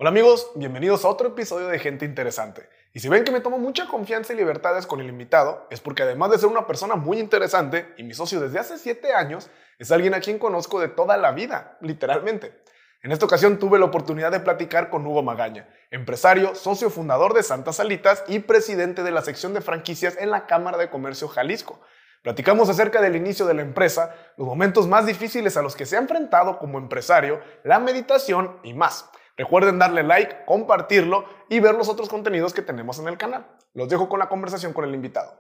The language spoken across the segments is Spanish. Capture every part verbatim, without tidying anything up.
Hola amigos, bienvenidos a otro episodio de Gente Interesante. Y si ven que me tomo mucha confianza y libertades con el invitado, es porque además de ser una persona muy interesante y mi socio desde hace siete años, es alguien a quien conozco de toda la vida, literalmente. En esta ocasión tuve la oportunidad de platicar con Hugo Magaña, empresario, socio fundador de Santas Salitas y presidente de la sección de franquicias en la Cámara de Comercio Jalisco. Platicamos acerca del inicio de la empresa, los momentos más difíciles a los que se ha enfrentado como empresario, la meditación y más. Recuerden darle like, compartirlo y ver los otros contenidos que tenemos en el canal. Los dejo con la conversación con el invitado.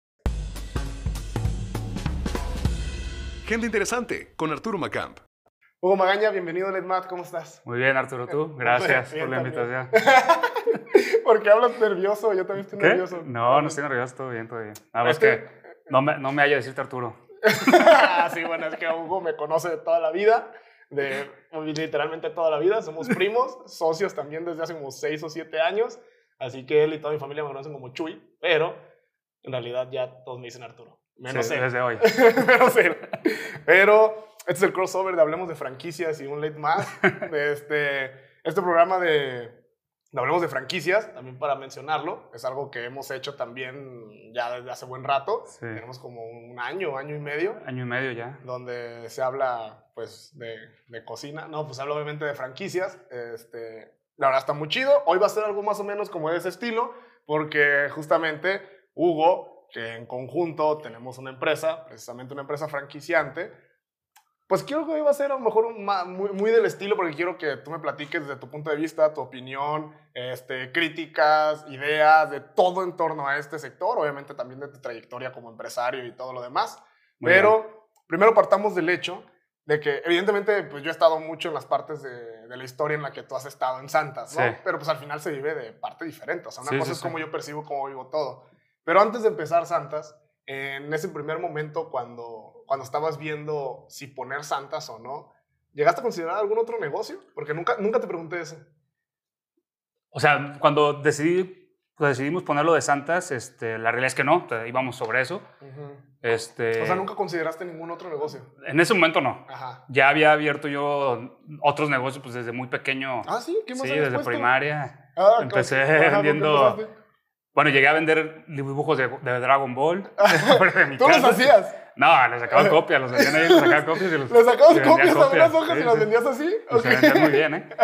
Gente Interesante con Arturo Macamp. Hugo Magaña, bienvenido al EdMat, ¿cómo estás? Muy bien, Arturo, ¿tú? Gracias Bien, por la también. invitación. ¿Por qué hablas nervioso? Yo también estoy ¿Qué? nervioso. No, no estoy nervioso, todo bien, todo bien. Nada más Es que- que no me, no me haya decirte Arturo. Ah, sí, bueno, es que Hugo me conoce de toda la vida, de literalmente toda la vida. Somos primos, socios también desde hace como seis o siete años. Así que él y toda mi familia me conocen como Chuy, pero en realidad ya todos me dicen Arturo. Menos Sí, él. desde hoy. Menos él. Pero este es el crossover de Hablemos de Franquicias y un late más. De este, este programa de, de Hablemos de Franquicias, también para mencionarlo, es algo que hemos hecho también ya desde hace buen rato. Sí. Tenemos como un año, año y medio, Año y medio ya. donde se habla pues de, de cocina. No, pues habla obviamente de franquicias. Este, la verdad está muy chido. Hoy va a ser algo más o menos como de ese estilo, porque justamente Hugo, que en conjunto tenemos una empresa, precisamente una empresa franquiciante, pues quiero que hoy va a ser a lo mejor un ma- muy, muy del estilo, porque quiero que tú me platiques desde tu punto de vista, tu opinión, este, críticas, ideas, de todo en torno a este sector, obviamente también de tu trayectoria como empresario y todo lo demás. Muy Pero bien. primero partamos del hecho de que evidentemente pues yo he estado mucho en las partes de, de la historia en la que tú has estado en Santas, ¿no? Sí. Pero pues al final se vive de parte diferente, o sea, una Sí, cosa sí, es sí. como yo percibo, cómo vivo todo. Pero antes de empezar Santas, en ese primer momento cuando, cuando estabas viendo si poner Santas o no, ¿llegaste a considerar algún otro negocio? Porque nunca, nunca te pregunté eso. O sea, cuando decidí, pues, decidimos ponerlo de Santas, este, la realidad es que no, o sea, íbamos sobre eso. Ujú. Este, O sea, nunca consideraste ningún otro negocio. En ese momento no. Ajá. Ya había abierto yo otros negocios pues, desde muy pequeño. Ah, sí, ¿qué más Sí, habías desde puesto? primaria. Ah, Empecé ajá, ¿por qué vendiendo... empezaste? Bueno, llegué a vender dibujos de, de Dragon Ball. fuera de mi ¿Tú los casa. hacías? No, les sacaba copias, los vendían ahí, les sacaba copias y los ¿Le sacabas y vendía copias a unas hojas sí, y las sí. vendías así? Y se Ok. vendían muy bien, ¿eh?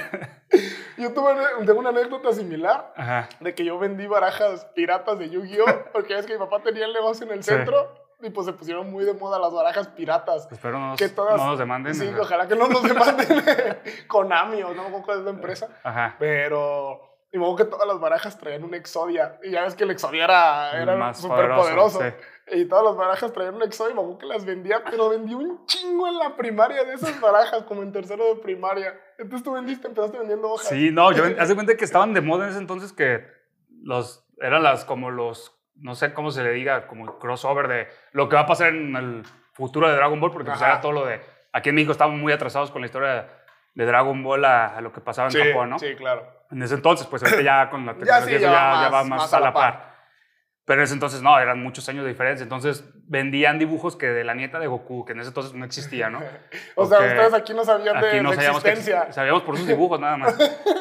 Yo tuve tengo una anécdota similar Ajá. de que yo vendí barajas piratas de Yu-Gi-Oh! Porque es que mi papá tenía el negocio en el Sí. centro y pues se pusieron muy de moda las barajas piratas. Espero no nos, Que todas, no nos demanden. Sí, ajá. ojalá que no nos demanden Konami o no me acuerdo cuál es la empresa. Ajá. Pero, y me acuerdo que todas las barajas traían un Exodia. Y ya ves que el Exodia era, El era más súper poderoso, poderoso. sí. Y todas las barajas traían un Exodia. Y me acuerdo que las vendía, pero vendí un chingo en la primaria de esas barajas, como en tercero de primaria. Entonces tú vendiste, empezaste vendiendo hojas. Sí, no, yo haz de cuenta que estaban de moda en ese entonces que los, eran las como los, no sé cómo se le diga, como el crossover de lo que va a pasar en el futuro de Dragon Ball, porque pues Ajá. era todo lo de, aquí en México estaban muy atrasados con la historia de, de Dragon Ball a, a lo que pasaba en Sí, Japón, ¿no? sí, claro. En ese entonces, pues ahorita ya con la Ya sí, tecnología ya eso va ya, ya más- va más, más a la par. Pero en ese entonces no, eran muchos años de diferencia. Entonces vendían dibujos que de la nieta de Goku, que en ese entonces no existía, ¿no? O sea, Porque ustedes aquí no sabían de, aquí no de sabíamos que existencia. ex- sabíamos por sus dibujos nada más.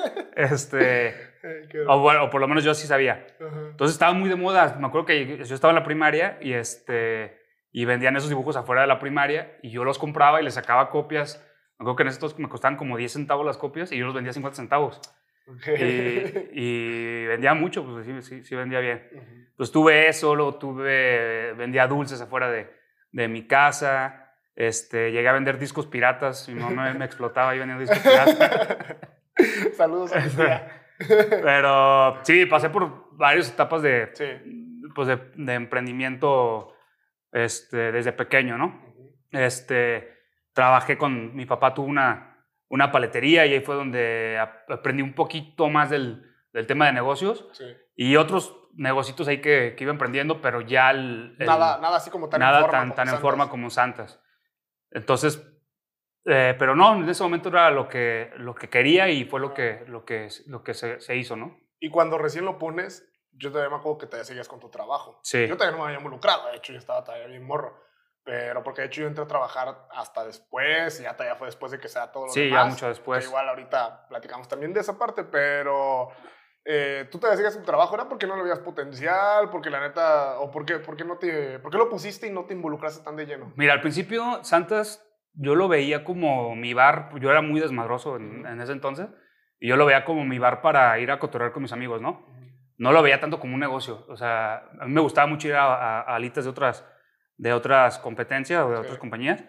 Este, Ay, qué o, bueno, o por lo menos yo sí sabía. Ajá. Entonces estaba muy de moda. Me acuerdo que yo estaba en la primaria y, este, y vendían esos dibujos afuera de la primaria y yo los compraba y les sacaba copias. Me acuerdo que en estos me costaban como diez centavos las copias y yo los vendía a cincuenta centavos. Ok. Y, y vendía mucho, pues sí, sí, sí vendía bien. Ujú. Pues tuve eso, luego tuve, vendía dulces afuera de, de mi casa. Este, llegué a vender discos piratas. Mi mamá me, me explotaba y vendía discos piratas. Saludos a mi tía. Pero sí, pasé por varias etapas de, Sí. pues de, de emprendimiento este, desde pequeño, ¿no? Ujú. Este, trabajé con mi papá, tuvo una, una paletería y ahí fue donde ap- aprendí un poquito más del, del tema de negocios Sí. y otros negocios ahí que, que iba emprendiendo, pero ya el, el- Nada, nada así como tan nada en forma. tan, como tan en Santas. forma como Santas. Entonces, eh, pero no, en ese momento era lo que, lo que quería y fue lo que, lo que, lo que se, se hizo, ¿no? Y cuando recién lo pones, yo todavía me acuerdo que te seguías con tu trabajo. Sí. Yo todavía no me había involucrado, de hecho, yo estaba todavía bien morro. Pero porque de hecho yo entré a trabajar hasta después y ya todavía fue después de que sea todo lo Sí, demás. ya mucho después. Que igual ahorita platicamos también de esa parte, pero eh, tú te decías tu trabajo era porque no le veías potencial, porque la neta, o porque, porque no te, ¿por qué lo pusiste y no te involucraste tan de lleno? Mira, al principio Santas yo lo veía como mi bar, yo era muy desmadroso en, en ese entonces, y yo lo veía como mi bar para ir a cotorrear con mis amigos, ¿no? No lo veía tanto como un negocio, o sea, a mí me gustaba mucho ir a, a, a alitas de otras, de otras competencias o de Sí. otras compañías,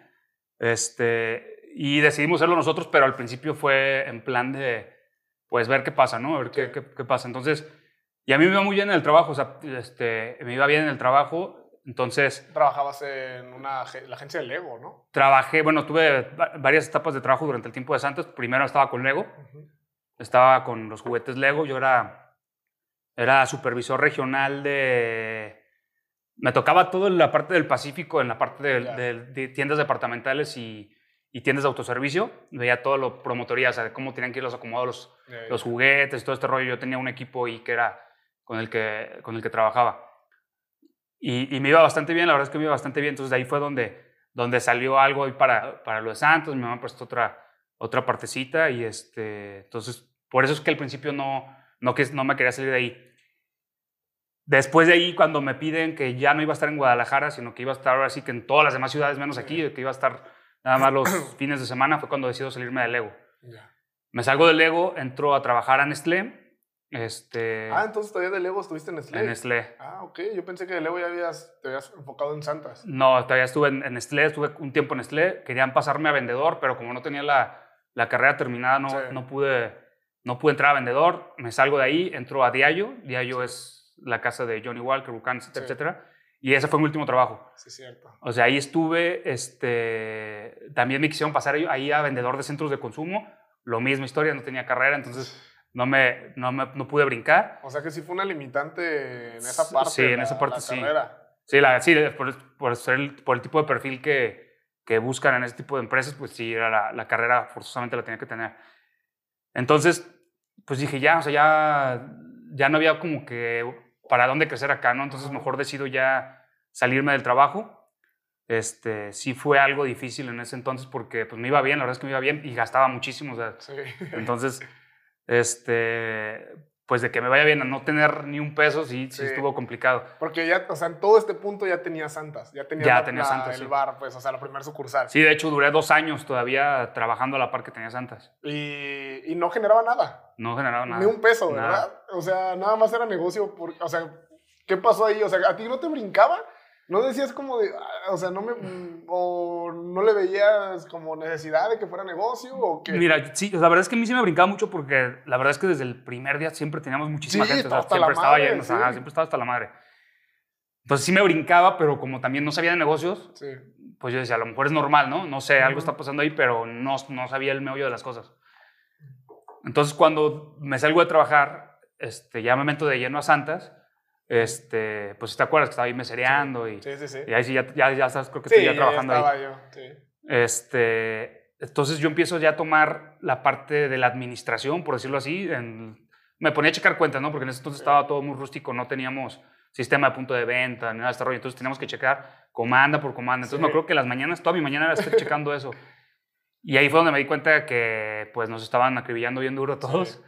este, y decidimos hacerlo nosotros, pero al principio fue en plan de, pues, ver qué pasa, ¿no? Ver Sí. qué, qué, qué pasa. Entonces, y a mí me iba muy bien en el trabajo, o sea, este, me iba bien en el trabajo, entonces... Trabajabas en una, ag- la agencia de Lego, ¿no? Trabajé, bueno, tuve va- varias etapas de trabajo durante el tiempo de Santos. Primero estaba con Lego, Uh-huh. estaba con los juguetes Lego. Yo era, era supervisor regional de... Me tocaba todo en la parte del Pacífico, en la parte de, Ya. de- de tiendas departamentales y, y tiendas de autoservicio. Veía todo lo promotoría, o sea, de cómo tenían que ir los acomodados los, Ya, ya. los juguetes, todo este rollo. Yo tenía un equipo y que era con el que, con el que trabajaba. Y, y me iba bastante bien, la verdad es que me iba bastante bien. Entonces de ahí fue donde, donde salió algo ahí para, para lo de Santos. Mi mamá prestó otra, otra partecita y este, entonces por eso es que al principio no, no, que, no me quería salir de ahí. Después de ahí, cuando me piden que ya no iba a estar en Guadalajara, sino que iba a estar ahora sí que en todas las demás ciudades, menos Sí. aquí, que iba a estar nada más los fines de semana, fue cuando decido salirme del Lego. Ya. Me salgo del Lego, entro a trabajar a Nestlé. Este, Ah, entonces todavía de Lego estuviste en Nestlé. en Nestlé. Ah, ok. Yo pensé que de Lego ya habías, te habías enfocado en Santas. No, todavía estuve en, en Nestlé, estuve un tiempo en Nestlé. Querían pasarme a vendedor, pero como no tenía la, la carrera terminada, no, Sí. no, pude, no pude entrar a vendedor. Me salgo de ahí, entro a Diageo. Diageo es la casa de Johnny Walker, Buchanan, etcétera, Sí. etcétera. Y ese fue mi último trabajo. Sí, es cierto. O sea, ahí estuve, este, también me quisieron pasar ahí a vendedor de centros de consumo. Lo mismo historia, no tenía carrera, entonces no, me, no, me, no pude brincar. O sea que sí fue una limitante en esa parte. Sí, en la, esa parte la sí. carrera. Sí, la, sí por, por, ser el, por el tipo de perfil que, que buscan en ese tipo de empresas, pues sí, era la, la carrera forzosamente la tenía que tener. Entonces, pues dije, ya, o sea, ya, ya no había como que para dónde crecer acá, ¿no? Entonces mejor decido ya salirme del trabajo. Este, sí fue algo difícil en ese entonces porque pues me iba bien, la verdad es que me iba bien y gastaba muchísimo, o sea, Sí. entonces, este, pues de que me vaya bien a no tener ni un peso, sí, sí, Sí. estuvo complicado. Porque ya, o sea, en todo este punto ya tenía Santas. Ya tenía, Ya la- tenía la- Santas, el sí. bar, pues, o sea, la primera sucursal. Sí, de hecho duré dos años todavía trabajando a la par que tenía Santas. Y, y no generaba nada. No generaba nada. Ni un peso, nada. ¿verdad? O sea, nada más era negocio. Por, o sea, ¿qué pasó ahí? O sea, ¿a ti no te brincaba? ¿No decías como de, ah, o sea, no me, mm, o no le veías como necesidad de que fuera negocio o qué? Mira, sí, la verdad es que a mí sí me brincaba mucho porque la verdad es que desde el primer día siempre teníamos muchísima Sí, gente. O sea, hasta siempre la estaba madre, lleno, o sea, sí. siempre estaba hasta la madre. Entonces sí me brincaba, pero como también no sabía de negocios, Sí. pues yo decía, a lo mejor es normal, ¿no? No sé, algo Ujú. está pasando ahí, pero no, no sabía el meollo de las cosas. Entonces cuando me salgo de trabajar, este, ya me meto de lleno a Santas, este, pues te acuerdas que estaba ahí mesereando y, Sí, sí, sí. y ahí sí ya, ya, ya estás, creo que Sí, estoy ya ya, trabajando ya estaba ahí. yo, sí. Este, entonces yo empiezo ya a tomar la parte de la administración, por decirlo así. En, me ponía a checar cuentas, ¿no? Porque en ese entonces Sí. estaba todo muy rústico, no teníamos sistema de punto de venta, ni nada de este rollo. Entonces teníamos que checar comanda por comanda. Entonces Sí. me acuerdo que las mañanas, toda mi mañana era estar checando eso. Y ahí fue donde me di cuenta que pues nos estaban acribillando bien duro todos. Sí.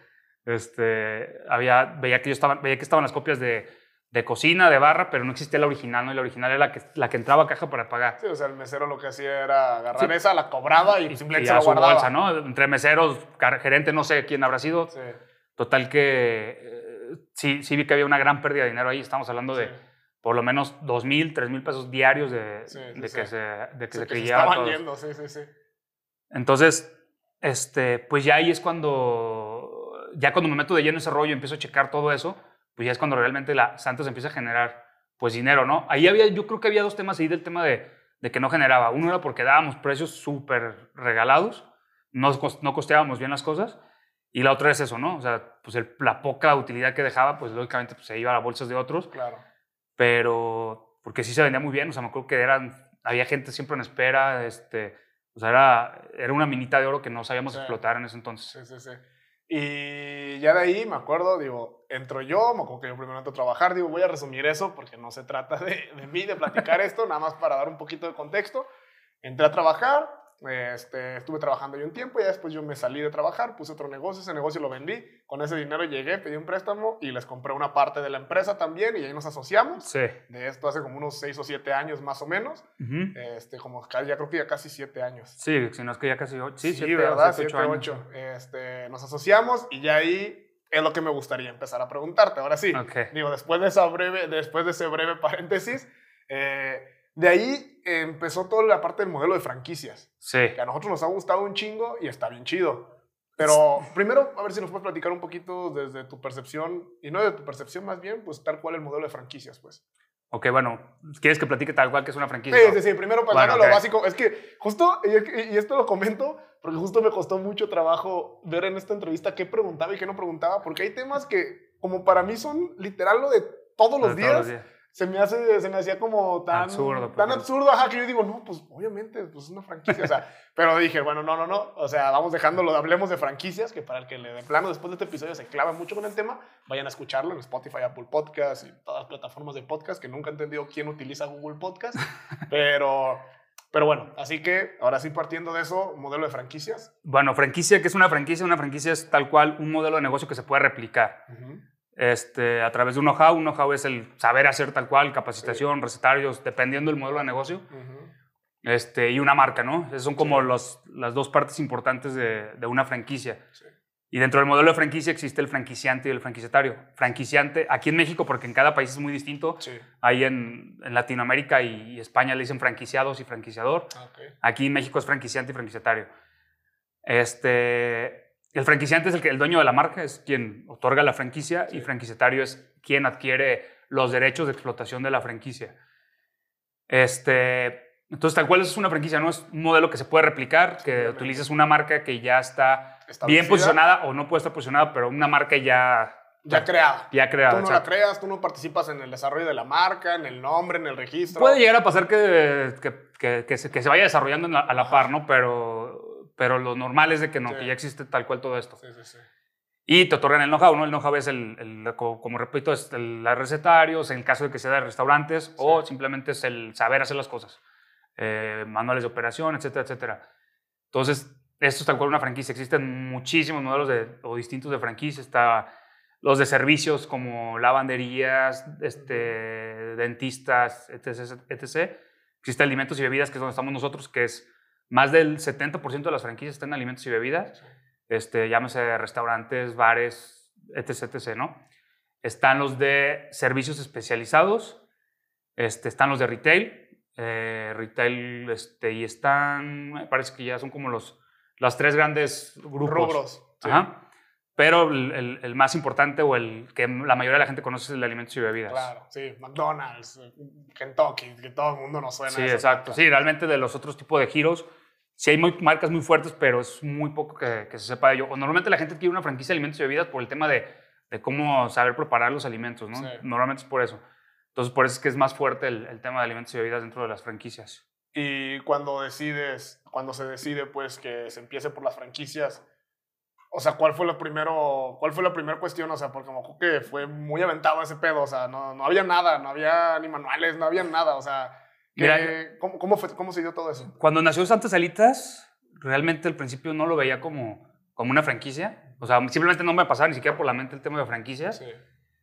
Este, había, veía, que yo estaba, veía que estaban las copias de, de cocina, de barra, pero no existía la original, ¿no? Y la original era la que, la que entraba a caja para pagar. Sí, o sea, el mesero lo que hacía era agarrar Sí. esa, la cobraba y, Y, simplemente y se a la su guardaba. bolsa, ¿no? Entre meseros, car- gerente, no sé quién habrá sido. Sí, Total que eh, sí, sí vi que había una gran pérdida de dinero ahí. Estamos hablando de sí. por lo menos dos mil, tres mil pesos diarios de, Sí, sí, de sí. que se, de que Sí, se que se crillaba estaban todos. yendo, sí, sí, sí. Entonces, este, pues ya ahí es cuando, ya cuando me meto de lleno en ese rollo y empiezo a checar todo eso, pues ya es cuando realmente la Santos empieza a generar, pues, dinero, ¿no? Ahí había, yo creo que había dos temas ahí del tema de, de que no generaba. Uno era porque dábamos precios súper regalados, no, cos- no costeábamos bien las cosas, y la otra es eso, ¿no? O sea, pues el- la poca utilidad que dejaba, pues lógicamente pues, se iba a bolsas de otros, Claro. pero porque sí se vendía muy bien, o sea, me acuerdo que eran, había gente siempre en espera, este, o sea, era, era una minita de oro que no sabíamos Sí. explotar en ese entonces. Sí, sí, sí. Y ya de ahí me acuerdo, digo, entro yo, me acuerdo que yo primero entro a trabajar, digo, voy a resumir eso porque no se trata de, de mí, de platicar esto, nada más para dar un poquito de contexto. Entré a trabajar, este, estuve trabajando yo un tiempo, y después yo me salí de trabajar, puse otro negocio, ese negocio lo vendí, con ese dinero llegué, pedí un préstamo y les compré una parte de la empresa también, y ahí nos asociamos. Sí. De esto hace como unos seis o siete años más o menos, Uh-huh. este, como ya creo que ya casi siete años. Sí, si no es que ya casi ocho. Sí, Sí, siete, ¿verdad? siete, siete, ocho. Este, nos asociamos y ya ahí es lo que me gustaría empezar a preguntarte. Ahora sí, Okay. digo, después de, esa breve, después de ese breve paréntesis, eh, de ahí empezó toda la parte del modelo de franquicias. Sí. Que a nosotros nos ha gustado un chingo y está bien chido. Pero primero, a ver si nos puedes platicar un poquito desde tu percepción, y no de tu percepción más bien, pues tal cual el modelo de franquicias, pues. Ok, bueno, ¿quieres que platique tal cual que es una franquicia? Sí, sí, sí, primero pasando Bueno, a lo okay. básico. Es que justo, y, y esto lo comento, porque justo me costó mucho trabajo ver en esta entrevista qué preguntaba y qué no preguntaba, porque hay temas que como para mí son literal lo de todos los, De días, todos los días. Se me, hace, se me hacía como tan absurdo. Tan absurdo, ajá, que yo digo, no, pues obviamente, pues es una franquicia, o sea, pero dije, bueno, no, no, no, o sea, vamos dejándolo, hablemos de franquicias, que para el que le de plano después de este episodio se clava mucho con el tema, vayan a escucharlo en Spotify, Apple Podcast y todas las plataformas de podcast, que nunca he entendido quién utiliza Google Podcast, pero... Pero bueno, así que ahora sí, partiendo de eso, modelo de franquicias. Bueno, franquicia, ¿qué es una franquicia? Una franquicia es tal cual un modelo de negocio que se puede replicar. Uh-huh. Este, a través de un know-how. Un know-how es el saber hacer tal cual, capacitación, sí. recetarios, dependiendo del modelo de negocio. Uh-huh. Este, y una marca, ¿no? Esas son como sí. los, las dos partes importantes de, de una franquicia. Sí. Y dentro del modelo de franquicia existe el franquiciante y el franquiciatario. Franquiciante, aquí en México, porque en cada país es muy distinto. Sí. Ahí en, en Latinoamérica y, y España le dicen franquiciados y franquiciador. Okay. Aquí en México es franquiciante y franquiciatario. Este, el franquiciante es el, que, el dueño de la marca, es quien otorga la franquicia, sí. y franquiciatario es quien adquiere los derechos de explotación de la franquicia. Este... Entonces, tal cual es una franquicia, ¿no? Es un modelo que se puede replicar, que utilizas una marca que ya está bien posicionada o no puede estar posicionada, pero una marca ya... Ya creada. Ya creada, Tú no exacto. la creas, tú no participas en el desarrollo de la marca, en el nombre, en el registro. Puede llegar a pasar que, que, que, que, se, que se vaya desarrollando la, a la par, ¿no? Pero, pero lo normal es de que no, sí. que ya existe tal cual todo esto. Sí, sí, sí. Y te otorgan el know-how, ¿no? El know-how es, el, el, como, como repito, es el, el recetarios, en el caso de que sea de restaurantes, sí. o simplemente es el saber hacer las cosas. Eh, manuales de operación, etcétera, etcétera. Entonces, esto es tal cual una franquicia. Existen muchísimos modelos de, o distintos de franquicia. Está los de servicios como lavanderías, este, dentistas, etcétera, etcétera. Existe alimentos y bebidas, que es donde estamos nosotros, que es más del setenta por ciento de las franquicias están en alimentos y bebidas. Sí. Este, llámese restaurantes, bares, etcétera, etcétera, ¿no? Están los de servicios especializados, este, están los de retail. Eh, retail este, y están, me parece que ya son como los, los tres grandes grupos. Rubros. Sí. Ajá. Pero el, el, el más importante o el que la mayoría de la gente conoce es el de alimentos y bebidas. Claro, sí. McDonald's, Kentucky, que todo el mundo nos suena. Sí, exacto. Marcas. Sí, realmente de los otros tipos de giros, sí hay muy, marcas muy fuertes, pero es muy poco que, que se sepa de ello. O normalmente la gente quiere una franquicia de alimentos y bebidas por el tema de, de cómo saber preparar los alimentos, ¿no? Sí. Normalmente es por eso. Entonces, por eso es que es más fuerte el, el tema de alimentos y bebidas dentro de las franquicias. Y cuando decides, cuando se decide, pues, que se empiece por las franquicias, o sea, ¿cuál fue lo primero, cuál fue la primera cuestión? O sea, porque como que fue muy aventado ese pedo, o sea, no, no había nada, no había ni manuales, no había nada, o sea, que, Mira, ¿cómo, cómo, fue, ¿cómo se dio todo eso? Cuando nació Santas Alitas, realmente al principio no lo veía como, como una franquicia, o sea, simplemente no me pasaba ni siquiera por la mente el tema de franquicias. Sí.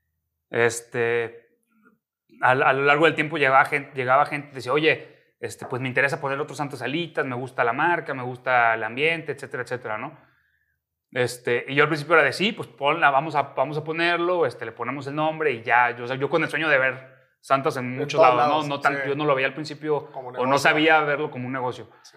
Este... A, a lo largo del tiempo llegaba gente, llegaba gente y decía, oye, este, pues me interesa poner otros Santas Alitas, me gusta la marca, me gusta el ambiente, etcétera, etcétera, ¿no? Este, y yo al principio era de, sí, pues ponla, vamos a, vamos a ponerlo, este, le ponemos el nombre y ya. Yo, o sea, yo con el sueño de ver Santas en muchos lados, lados, ¿no? no tan, sí. Yo no lo veía al principio o no sabía verlo como un negocio. Sí.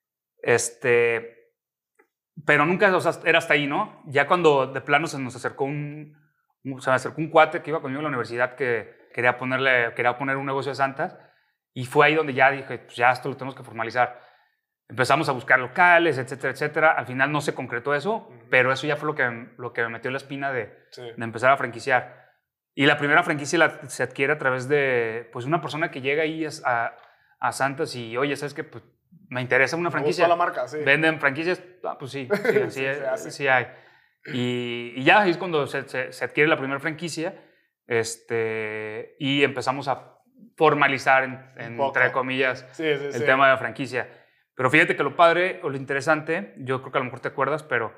Este, pero nunca, o sea, era hasta ahí, ¿no? Ya cuando de plano se nos acercó un, un se me acercó un cuate que iba conmigo a la universidad que Quería, ponerle, quería poner un negocio de Santas y fue ahí donde ya dije, pues ya esto lo tenemos que formalizar. Empezamos a buscar locales, etcétera, etcétera. Al final no se concretó eso, uh-huh. pero eso ya fue lo que, lo que me metió la espina de, sí. de empezar a franquiciar. Y la primera franquicia la, se adquiere a través de pues, una persona que llega ahí a, a Santas y, oye, ¿sabes qué? Pues, me interesa una franquicia. Me gustó la marca, sí. ¿Venden franquicias? Ah, pues sí, sí, sí, sí, sí, sí hay. Y, y ya, ahí es cuando se, se, se adquiere la primera franquicia este, y empezamos a formalizar, en, en, entre comillas, sí, sí, el sí. tema de la franquicia. Pero fíjate que lo padre o lo interesante, yo creo que a lo mejor te acuerdas, pero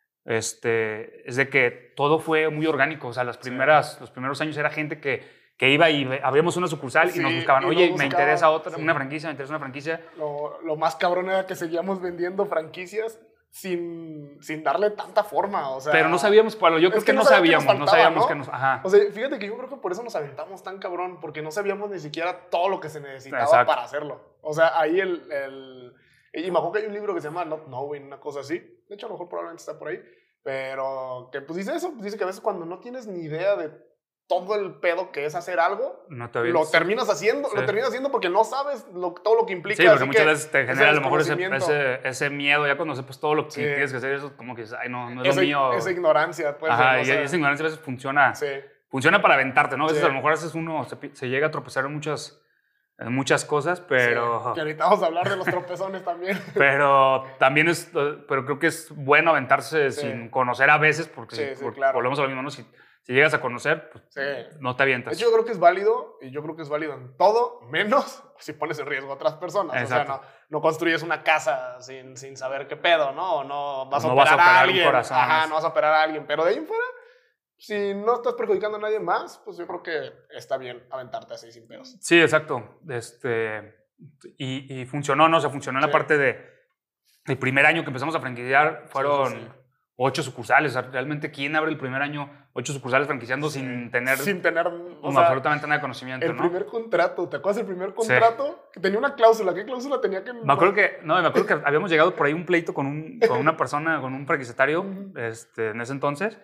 este, es de que todo fue muy orgánico. O sea, las primeras, sí. los primeros años era gente que, que iba y abríamos una sucursal sí, y nos buscaban, oye, me interesa otra, sí. una franquicia, me interesa una franquicia. Lo, lo más cabrón era que seguíamos vendiendo franquicias sin, sin darle tanta forma, o sea... Pero no sabíamos, Pablo, yo creo que, que no sabíamos, faltaba, no sabíamos ¿no? que nos... Ajá. O sea, fíjate que yo creo que por eso nos aventamos tan cabrón, porque no sabíamos ni siquiera todo lo que se necesitaba Exacto. para hacerlo. O sea, ahí el... el y me acuerdo que hay un libro que se llama Not Knowing, una cosa así. De hecho, a lo mejor probablemente está por ahí. Pero que pues dice eso, dice que a veces cuando no tienes ni idea de todo el pedo que es hacer algo, no te lo terminas haciendo, sí. lo terminas haciendo porque no sabes lo, todo lo que implica. Sí, porque muchas veces te genera a lo mejor ese, ese, ese miedo, ya cuando sepas todo lo que sí. tienes que hacer, eso como que ay, no, no es esa, lo mío. Esa ignorancia, pues. Ajá, de, y sea, esa ignorancia a veces funciona, sí. funciona para aventarte, ¿no? A veces sí. a lo mejor a veces uno se, se llega a tropezar en muchas... En muchas cosas, pero... Sí, que ahorita vamos a hablar de los tropezones también. Pero también es... Pero creo que es bueno aventarse sí. sin conocer a veces, porque, sí, si, sí, porque claro. volvemos a lo mismo, ¿no? Si, si llegas a conocer, pues sí. no te avientas. De hecho, yo creo que es válido, y yo creo que es válido en todo, menos si pones en riesgo a otras personas. Exacto. O sea, no, no construyes una casa sin, sin saber qué pedo, ¿no? O no vas a no operar, vas a, operar a alguien. Un corazón, Ajá, no vas a operar a alguien. Pero de ahí en fuera, si no estás perjudicando a nadie más, pues yo creo que está bien aventarte así sin pedos. Sí, exacto. Este, y, y funcionó, ¿no? O sea, funcionó en sí. la parte de... El primer año que empezamos a franquiciar fueron sí, sí, sí. ocho sucursales. O sea, realmente, ¿quién abre el primer año ocho sucursales franquiciando sí. sin tener... Sin tener... O sea, absolutamente nada de conocimiento, el ¿no? primer contrato, ¿te acuerdas el primer contrato? Sí. Que tenía una cláusula. ¿Qué cláusula tenía que...? Me acuerdo que... No, me acuerdo que habíamos llegado por ahí un pleito con, un, con una persona, con un franquiciatario este, en ese entonces.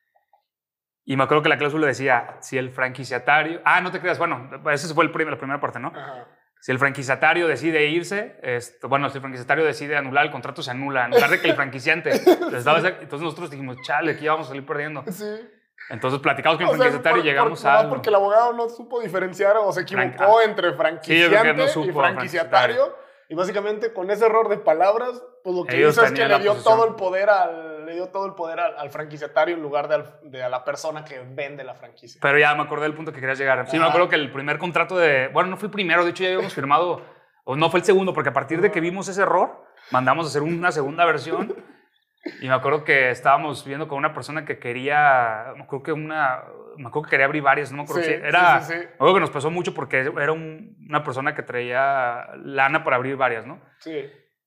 Y me acuerdo que la cláusula decía, si el franquiciatario... Ah, no te creas, bueno, esa fue el prim la primera parte, ¿no? Ajá. Si el franquiciatario decide irse, esto, bueno, si el franquiciatario decide anular el contrato, se anula, en lugar de que el franquiciante les daba ese, entonces nosotros dijimos, chale, aquí vamos a salir perdiendo. Sí. Entonces platicamos con el o sea, franquiciatario por, y llegamos por, a... No, porque el abogado no supo diferenciar o se equivocó Franca. entre franquiciante sí, no supo, y franquiciatario. Y básicamente con ese error de palabras, pues lo que Ellos hizo es que le dio posición. todo el poder al, le dio todo el poder al, al franquiciatario en lugar de, al, de a la persona que vende la franquicia. Pero ya me acordé del punto que querías llegar. Sí, Ajá. me acuerdo que el primer contrato de... Bueno, no fue el primero, de hecho ya habíamos firmado... O no fue el segundo, porque a partir de que vimos ese error, mandamos a hacer una segunda versión. Y me acuerdo que estábamos viendo con una persona que quería... Me acuerdo que una... Me acuerdo que quería abrir varias, no me acuerdo sí, si era... Sí, sí, sí. Me acuerdo que nos pasó mucho porque era un, una persona que traía lana para abrir varias, ¿no? Sí.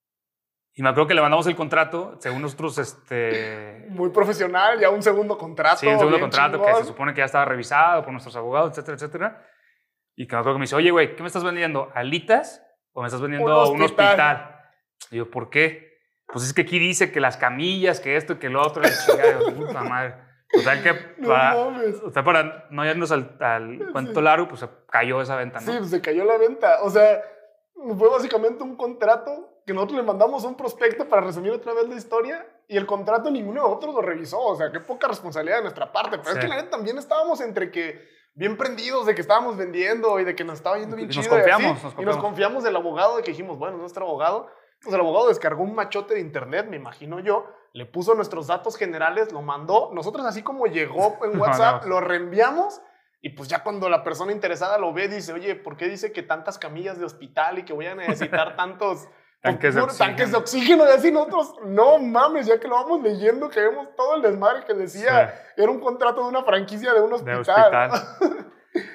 Y me acuerdo que le mandamos el contrato, según nosotros, este... Muy profesional, ya un segundo contrato. Sí, un segundo contrato chingón. Que se supone que ya estaba revisado por nuestros abogados, etcétera, etcétera. Y que me acuerdo que me dice, oye, güey, ¿qué me estás vendiendo? ¿Alitas o me estás vendiendo un hospital? Un hospital? Y yo, ¿por qué? Pues es que aquí dice que las camillas, que esto y que lo otro. Y chingada, puta madre. Total que no para, mames. O sea, para no irnos al, al cuento sí. largo, pues se cayó esa venta, ¿no? Sí, pues se cayó la venta. O sea, fue básicamente un contrato que nosotros le mandamos un prospecto para resumir otra vez la historia y el contrato ninguno de nosotros lo revisó. O sea, qué poca responsabilidad de nuestra parte. Pero sí. es que la neta también estábamos entre que bien prendidos de que estábamos vendiendo y de que nos estaba yendo bien y chido. Nos confiamos, y, nos confiamos. y nos confiamos del abogado de que dijimos, bueno, nuestro abogado. Pues el abogado descargó un machote de internet, me imagino yo, le puso nuestros datos generales, lo mandó. Nosotros así como llegó en WhatsApp, no, no. lo reenviamos. Y pues ya cuando la persona interesada lo ve, dice, oye, ¿por qué dice que tantas camillas de hospital y que voy a necesitar tantos tanques, de tanques de oxígeno? Y así nosotros, no mames, ya que lo vamos leyendo, que vemos todo el desmadre que decía, sí. era un contrato de una franquicia de un hospital. De hospital.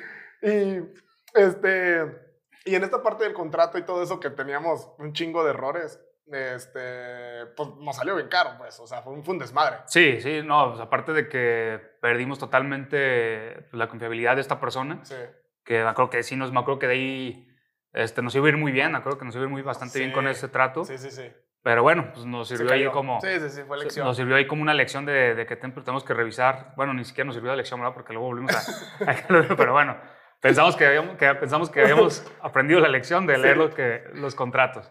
y este... Y en esta parte del contrato y todo eso que teníamos un chingo de errores, este, pues nos salió bien caro, pues, o sea, fue un, fue un desmadre. Sí, sí, no, pues, aparte de que perdimos totalmente la confiabilidad de esta persona, sí. que me acuerdo que sí, nos, me acuerdo que de ahí este, nos iba a ir muy bien, me acuerdo que nos iba a ir muy bastante sí. bien con ese trato. Sí, sí, sí. Pero bueno, pues nos sirvió ahí como... Sí, sí, sí, fue lección. Nos sirvió ahí como una lección de, de que tenemos que revisar, bueno, ni siquiera nos sirvió de lección, ¿verdad? Porque luego volvimos a... a pero bueno... Pensamos que, habíamos, que, pensamos que habíamos aprendido la lección de leer sí. lo que, los contratos.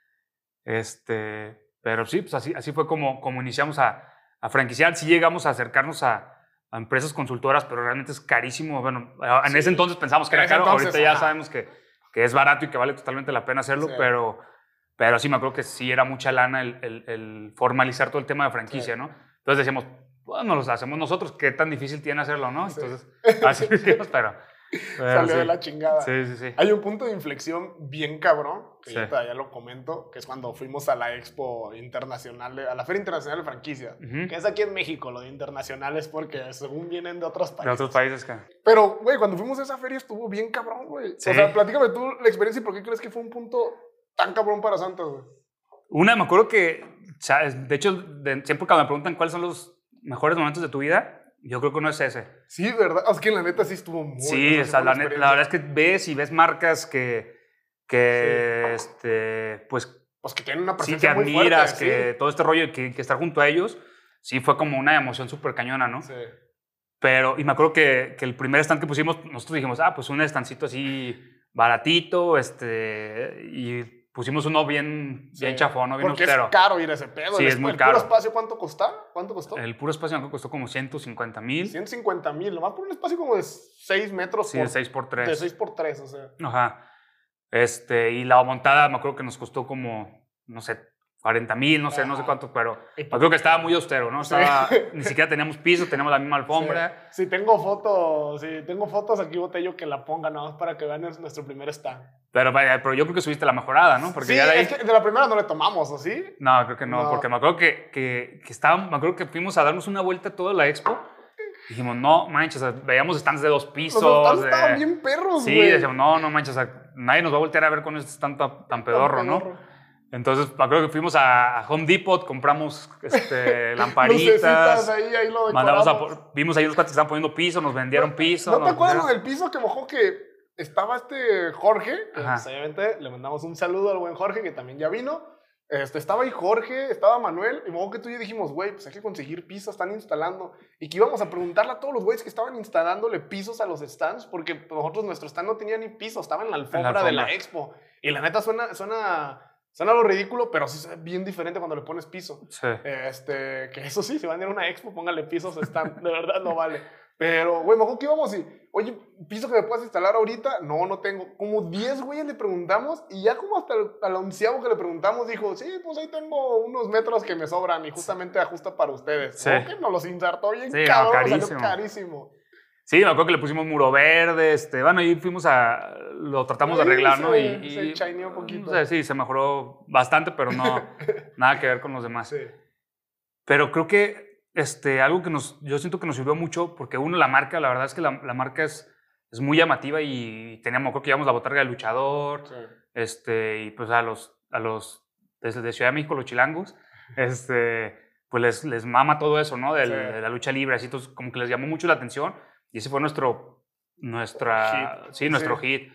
Este, pero sí, pues así, así fue como, como iniciamos a, a franquiciar. Sí llegamos a acercarnos a, a empresas consultoras, pero realmente es carísimo. Bueno, en sí. ese entonces pensamos que era caro. Entonces, ahorita ya ajá. sabemos que, que es barato y que vale totalmente la pena hacerlo, sí. pero, pero sí me acuerdo que sí era mucha lana el, el, el formalizar todo el tema de franquicia, sí. ¿no? Entonces decíamos, bueno, los hacemos nosotros, qué tan difícil tiene hacerlo, ¿no? Entonces, sí. así lo hicimos, pero... pero Salió sí. de la chingada. Sí, sí, sí. Hay un punto de inflexión bien cabrón, que Sí. yo todavía lo comento, que es cuando fuimos a la Expo Internacional, de- a la Feria Internacional de Franquicias, Ujú. que es aquí en México. Lo de internacional es porque según vienen de otros países. De otros países que... Pero, güey, cuando fuimos a esa feria estuvo bien cabrón, güey. Sí. O sea, platícame tú la experiencia y por qué crees que fue un punto tan cabrón para Santos, güey. Una, me acuerdo que, o sea, de hecho, de- siempre cuando me preguntan cuáles son los mejores momentos de tu vida, yo creo que uno es ese. Sí, ¿verdad? Es que la neta sí estuvo muy... Sí, o sea, la, net- la verdad es que ves y ves marcas que, que Sí. este, pues, Pues que tienen una sí, presencia que muy admiras, fuerte, que sí. todo este rollo, que, que estar junto a ellos, sí fue como una emoción súper cañona, ¿no? Sí. Pero, y me acuerdo que, que el primer stand que pusimos, nosotros dijimos, ah, pues un standcito así baratito, este, y pusimos uno bien, bien Sí. chafón, ¿no? Bien Porque austero. es caro ir a ese pedo. Sí, el, es muy el caro. puro espacio, ¿cuánto costó? ¿Cuánto costó? El puro espacio me acuerdo que costó como ciento cincuenta mil. ciento cincuenta mil, nomás por un espacio como de seis metros Sí, por... de seis por De tres. seis por tres, o sea. Ajá. Este, y la montada me acuerdo que nos costó como, no sé, cuarenta mil, no sé, no sé Ajá. cuánto, pero Y me acuerdo que estaba muy austero, ¿no? Sí. Estaba, ni siquiera teníamos piso, teníamos la misma alfombra. Sí. Si tengo fotos, si tengo fotos aquí, botello que la ponga nada más para que vean es nuestro primer stand. Pero, vaya, pero yo creo que subiste la mejorada, ¿no? Porque Sí, ya de ahí... es que de la primera no le tomamos, ¿o sí? No, creo que no, No. porque me acuerdo que, que, que estaba, me acuerdo que fuimos a darnos una vuelta a toda la expo. Dijimos, no, manches, o sea, veíamos stands de dos pisos. Los stands de- estaban bien perros, Sí, güey. decíamos, no, no manches, o sea, nadie nos va a voltear a ver con este stand tan, tan pedorro, ¿no? Entonces, me acuerdo que fuimos a, a Home Depot, compramos este, Lucecitas lamparitas, ahí, ahí lo mandamos a, decoramos. por- vimos ahí los cuates que estaban poniendo piso, nos vendieron piso. ¿No te nos acuerdas lo pusieron- del piso que mojó que estaba este Jorge? Que Ajá. pues, obviamente le mandamos un saludo al buen Jorge, que también ya vino. Este, estaba ahí Jorge, estaba Manuel, y me acuerdo que tú y yo dijimos, güey, pues hay que conseguir pisos, están instalando. Y que íbamos a preguntarle a todos los güeyes que estaban instalándole pisos a los stands, porque nosotros, nuestro stand no tenía ni piso, estaba en la alfombra, de la alfombra. expo. Y la neta suena, suena, suena algo ridículo, pero sí es bien diferente cuando le pones piso. Sí. Este, que eso sí, si van a ir a una expo, póngale pisos a stand, de verdad no vale. Pero, güey, me acuerdo que íbamos y, oye, ¿piso que me puedas instalar ahorita? No, no tengo. Como diez güeyes le preguntamos y ya como hasta el, al onceavo que le preguntamos dijo, sí, pues ahí tengo unos metros que me sobran y justamente ajusta para ustedes. Sí. ¿No? Que nos los insertó bien Sí, no, cabrón, carísimo. salió carísimo. Sí, me acuerdo que le pusimos muro verde, este, bueno, ahí fuimos a, lo tratamos de Ahí arreglar, ¿no? se- Y, se y- chineó un poquito. no sé, sí, se mejoró bastante, pero no, nada que ver con los demás. Sí. Pero creo que este, algo que nos, yo siento que nos sirvió mucho, porque uno, la marca, la verdad es que la, la marca es, es muy llamativa y teníamos, creo que llevamos la botarga de luchador, Sí. este, y pues a los, a los, desde de Ciudad de México, los chilangos, este, pues les, les mama todo eso, ¿no? Del- Sí. De la lucha libre, así, entonces como que les llamó mucho la atención y ese fue nuestro, nuestra, Hit. sí, nuestro Sí. hit.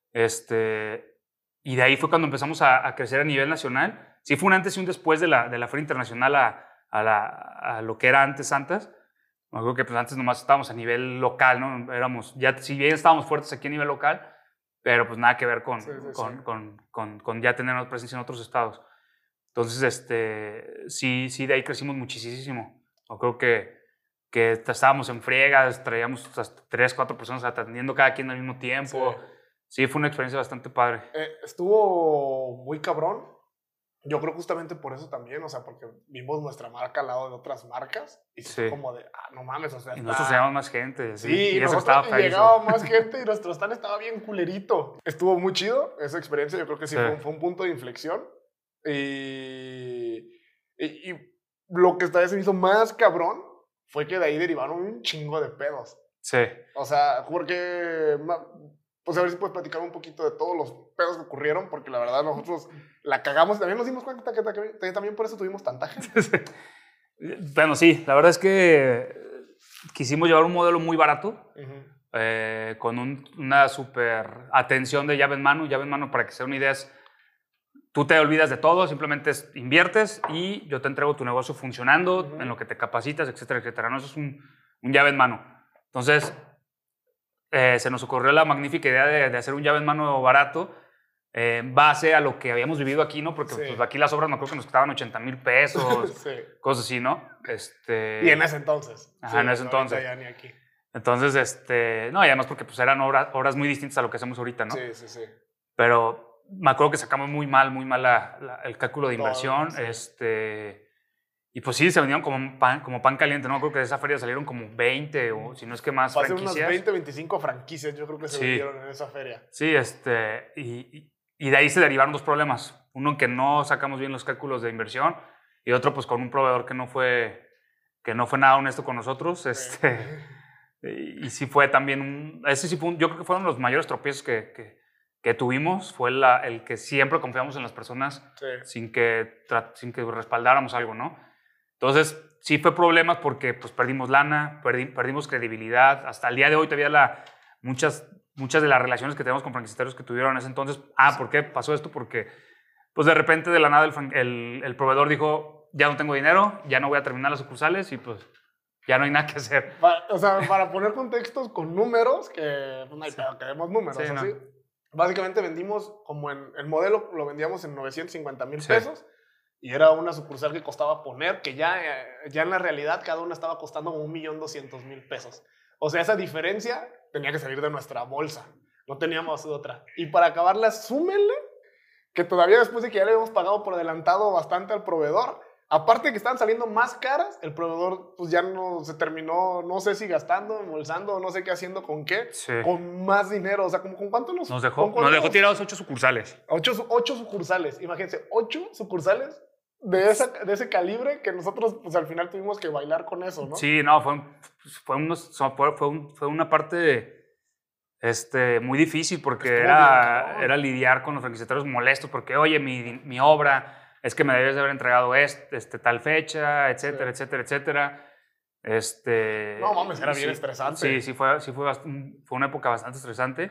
Este, y de ahí fue cuando empezamos a, a crecer a nivel nacional. Sí, fue un antes y un después de la, de la Feria Internacional a, a, la, a lo que era antes Santas. Me acuerdo que pues, antes nomás estábamos a nivel local, ¿no? Éramos, ya, si bien estábamos fuertes aquí a nivel local, pero pues nada que ver con, Sí, sí, con, sí. Con, con, con ya tener presencia en otros estados. Entonces, este, sí, sí, de ahí crecimos muchísimo. Yo creo que, que estábamos en friegas, traíamos hasta tres, cuatro personas atendiendo cada quien al mismo tiempo. Sí. Sí, fue una experiencia bastante padre. Eh, estuvo muy cabrón. Yo creo justamente por eso también, o sea, porque vimos nuestra marca al lado de otras marcas y sí. Sí. fue como de, ah, no mames, o sea, Y está... nosotros teníamos más gente. Sí, Sí, y y eso nosotros estaba y feísimo. llegaba más gente y nuestro stand estaba bien culerito. Estuvo muy chido esa experiencia, yo creo que sí, Sí. Fue, un, fue un punto de inflexión. Y, y, y lo que esta vez se me hizo más cabrón fue que de ahí derivaron un chingo de pedos. Sí. O sea, porque... ma- Pues a ver si puedes platicar un poquito de todos los pedos que ocurrieron, porque la verdad nosotros la cagamos y también nos dimos cuenta que, que- que también por eso tuvimos tanta gente. Bueno, sí, la verdad es que quisimos llevar un modelo muy barato, Uh-huh. eh, con un- una super atención de llave en mano. Llave en mano, para que sea una idea, es, tú te olvidas de todo, simplemente es, inviertes y yo te entrego tu negocio funcionando, Uh-huh. en lo que te capacitas, etcétera, etcétera. ¿No? Eso es un, un llave en mano. Entonces, eh, se nos ocurrió la magnífica idea de, de hacer un llave en mano barato, eh, en base a lo que habíamos vivido aquí, ¿no? Porque Sí. pues, aquí las obras, me acuerdo que nos costaban ochenta mil pesos, Sí. cosas así, ¿no? Este, Y en ese entonces. Ajá, en ese ahorita entonces. Ya ni aquí. Entonces, este, no, y además porque pues, eran obras, obras muy distintas a lo que hacemos ahorita, ¿no? Sí, sí, sí. Pero me acuerdo que sacamos muy mal, muy mal la- la- el cálculo de Todo, inversión. sí. Este, y pues sí, se vendieron como pan, como pan caliente, ¿no? Creo que de esa feria salieron como veinte o si no es que más Fue hace franquicias. unas veinte, veinticinco franquicias yo creo que se Sí. vendieron en esa feria. Sí, este, y, y de ahí se derivaron dos problemas. Uno, que no sacamos bien los cálculos de inversión, y otro, pues con un proveedor que no fue, que no fue nada honesto con nosotros. Este, y, y sí fue también un, ese sí fue un, yo creo que fueron los mayores tropiezos que, que, que tuvimos, fue la, el que siempre confiamos en las personas Sí. sin, que, tra- sin que respaldáramos algo, ¿no? Entonces, sí fue problemas porque pues, perdimos lana, perdi- perdimos credibilidad. Hasta el día de hoy todavía la, muchas, muchas de las relaciones que tenemos con franquiciatarios que tuvieron en ese entonces. Ah, ¿por qué pasó esto? Porque pues de repente de la nada el, fran- el, el proveedor dijo, ya no tengo dinero, ya no voy a terminar las sucursales y pues ya no hay nada que hacer. Para, o sea, para poner contextos con números, que pues, no hay pedo, que demos números, Sí, así. no. Básicamente vendimos, como en el modelo lo vendíamos en novecientos cincuenta mil Sí. pesos, y era una sucursal que costaba poner, que ya, eh, ya en la realidad cada una estaba costando como un millón doscientos mil pesos. O sea, esa diferencia tenía que salir de nuestra bolsa, no teníamos otra. Y para acabarla, súmenle que todavía después de que ya le habíamos pagado por adelantado bastante al proveedor, aparte de que estaban saliendo más caras, el proveedor pues ya no se terminó, no sé si gastando, embolsando, no sé qué haciendo con qué, Sí. con más dinero. O sea, ¿con, con cuánto nos, Nos dejó, con cuánto nos dejó nos- tirados ocho sucursales. Ocho, su- ocho sucursales, imagínense, ocho sucursales de, esa, de ese calibre que nosotros pues al final tuvimos que bailar con eso, ¿no? Sí, no, fue, un- fue, unos, fue, fue, un- fue una parte este, muy difícil porque Estuvo bien era, cabrón. era lidiar con los franquiciatarios molestos porque, oye, mi, mi obra es que me debes de haber entregado este, este, tal fecha, etcétera, Sí. etcétera, etcétera. Este, No mames, era bien sí, estresante. Sí, sí, fue, sí fue, bast- fue una época bastante estresante.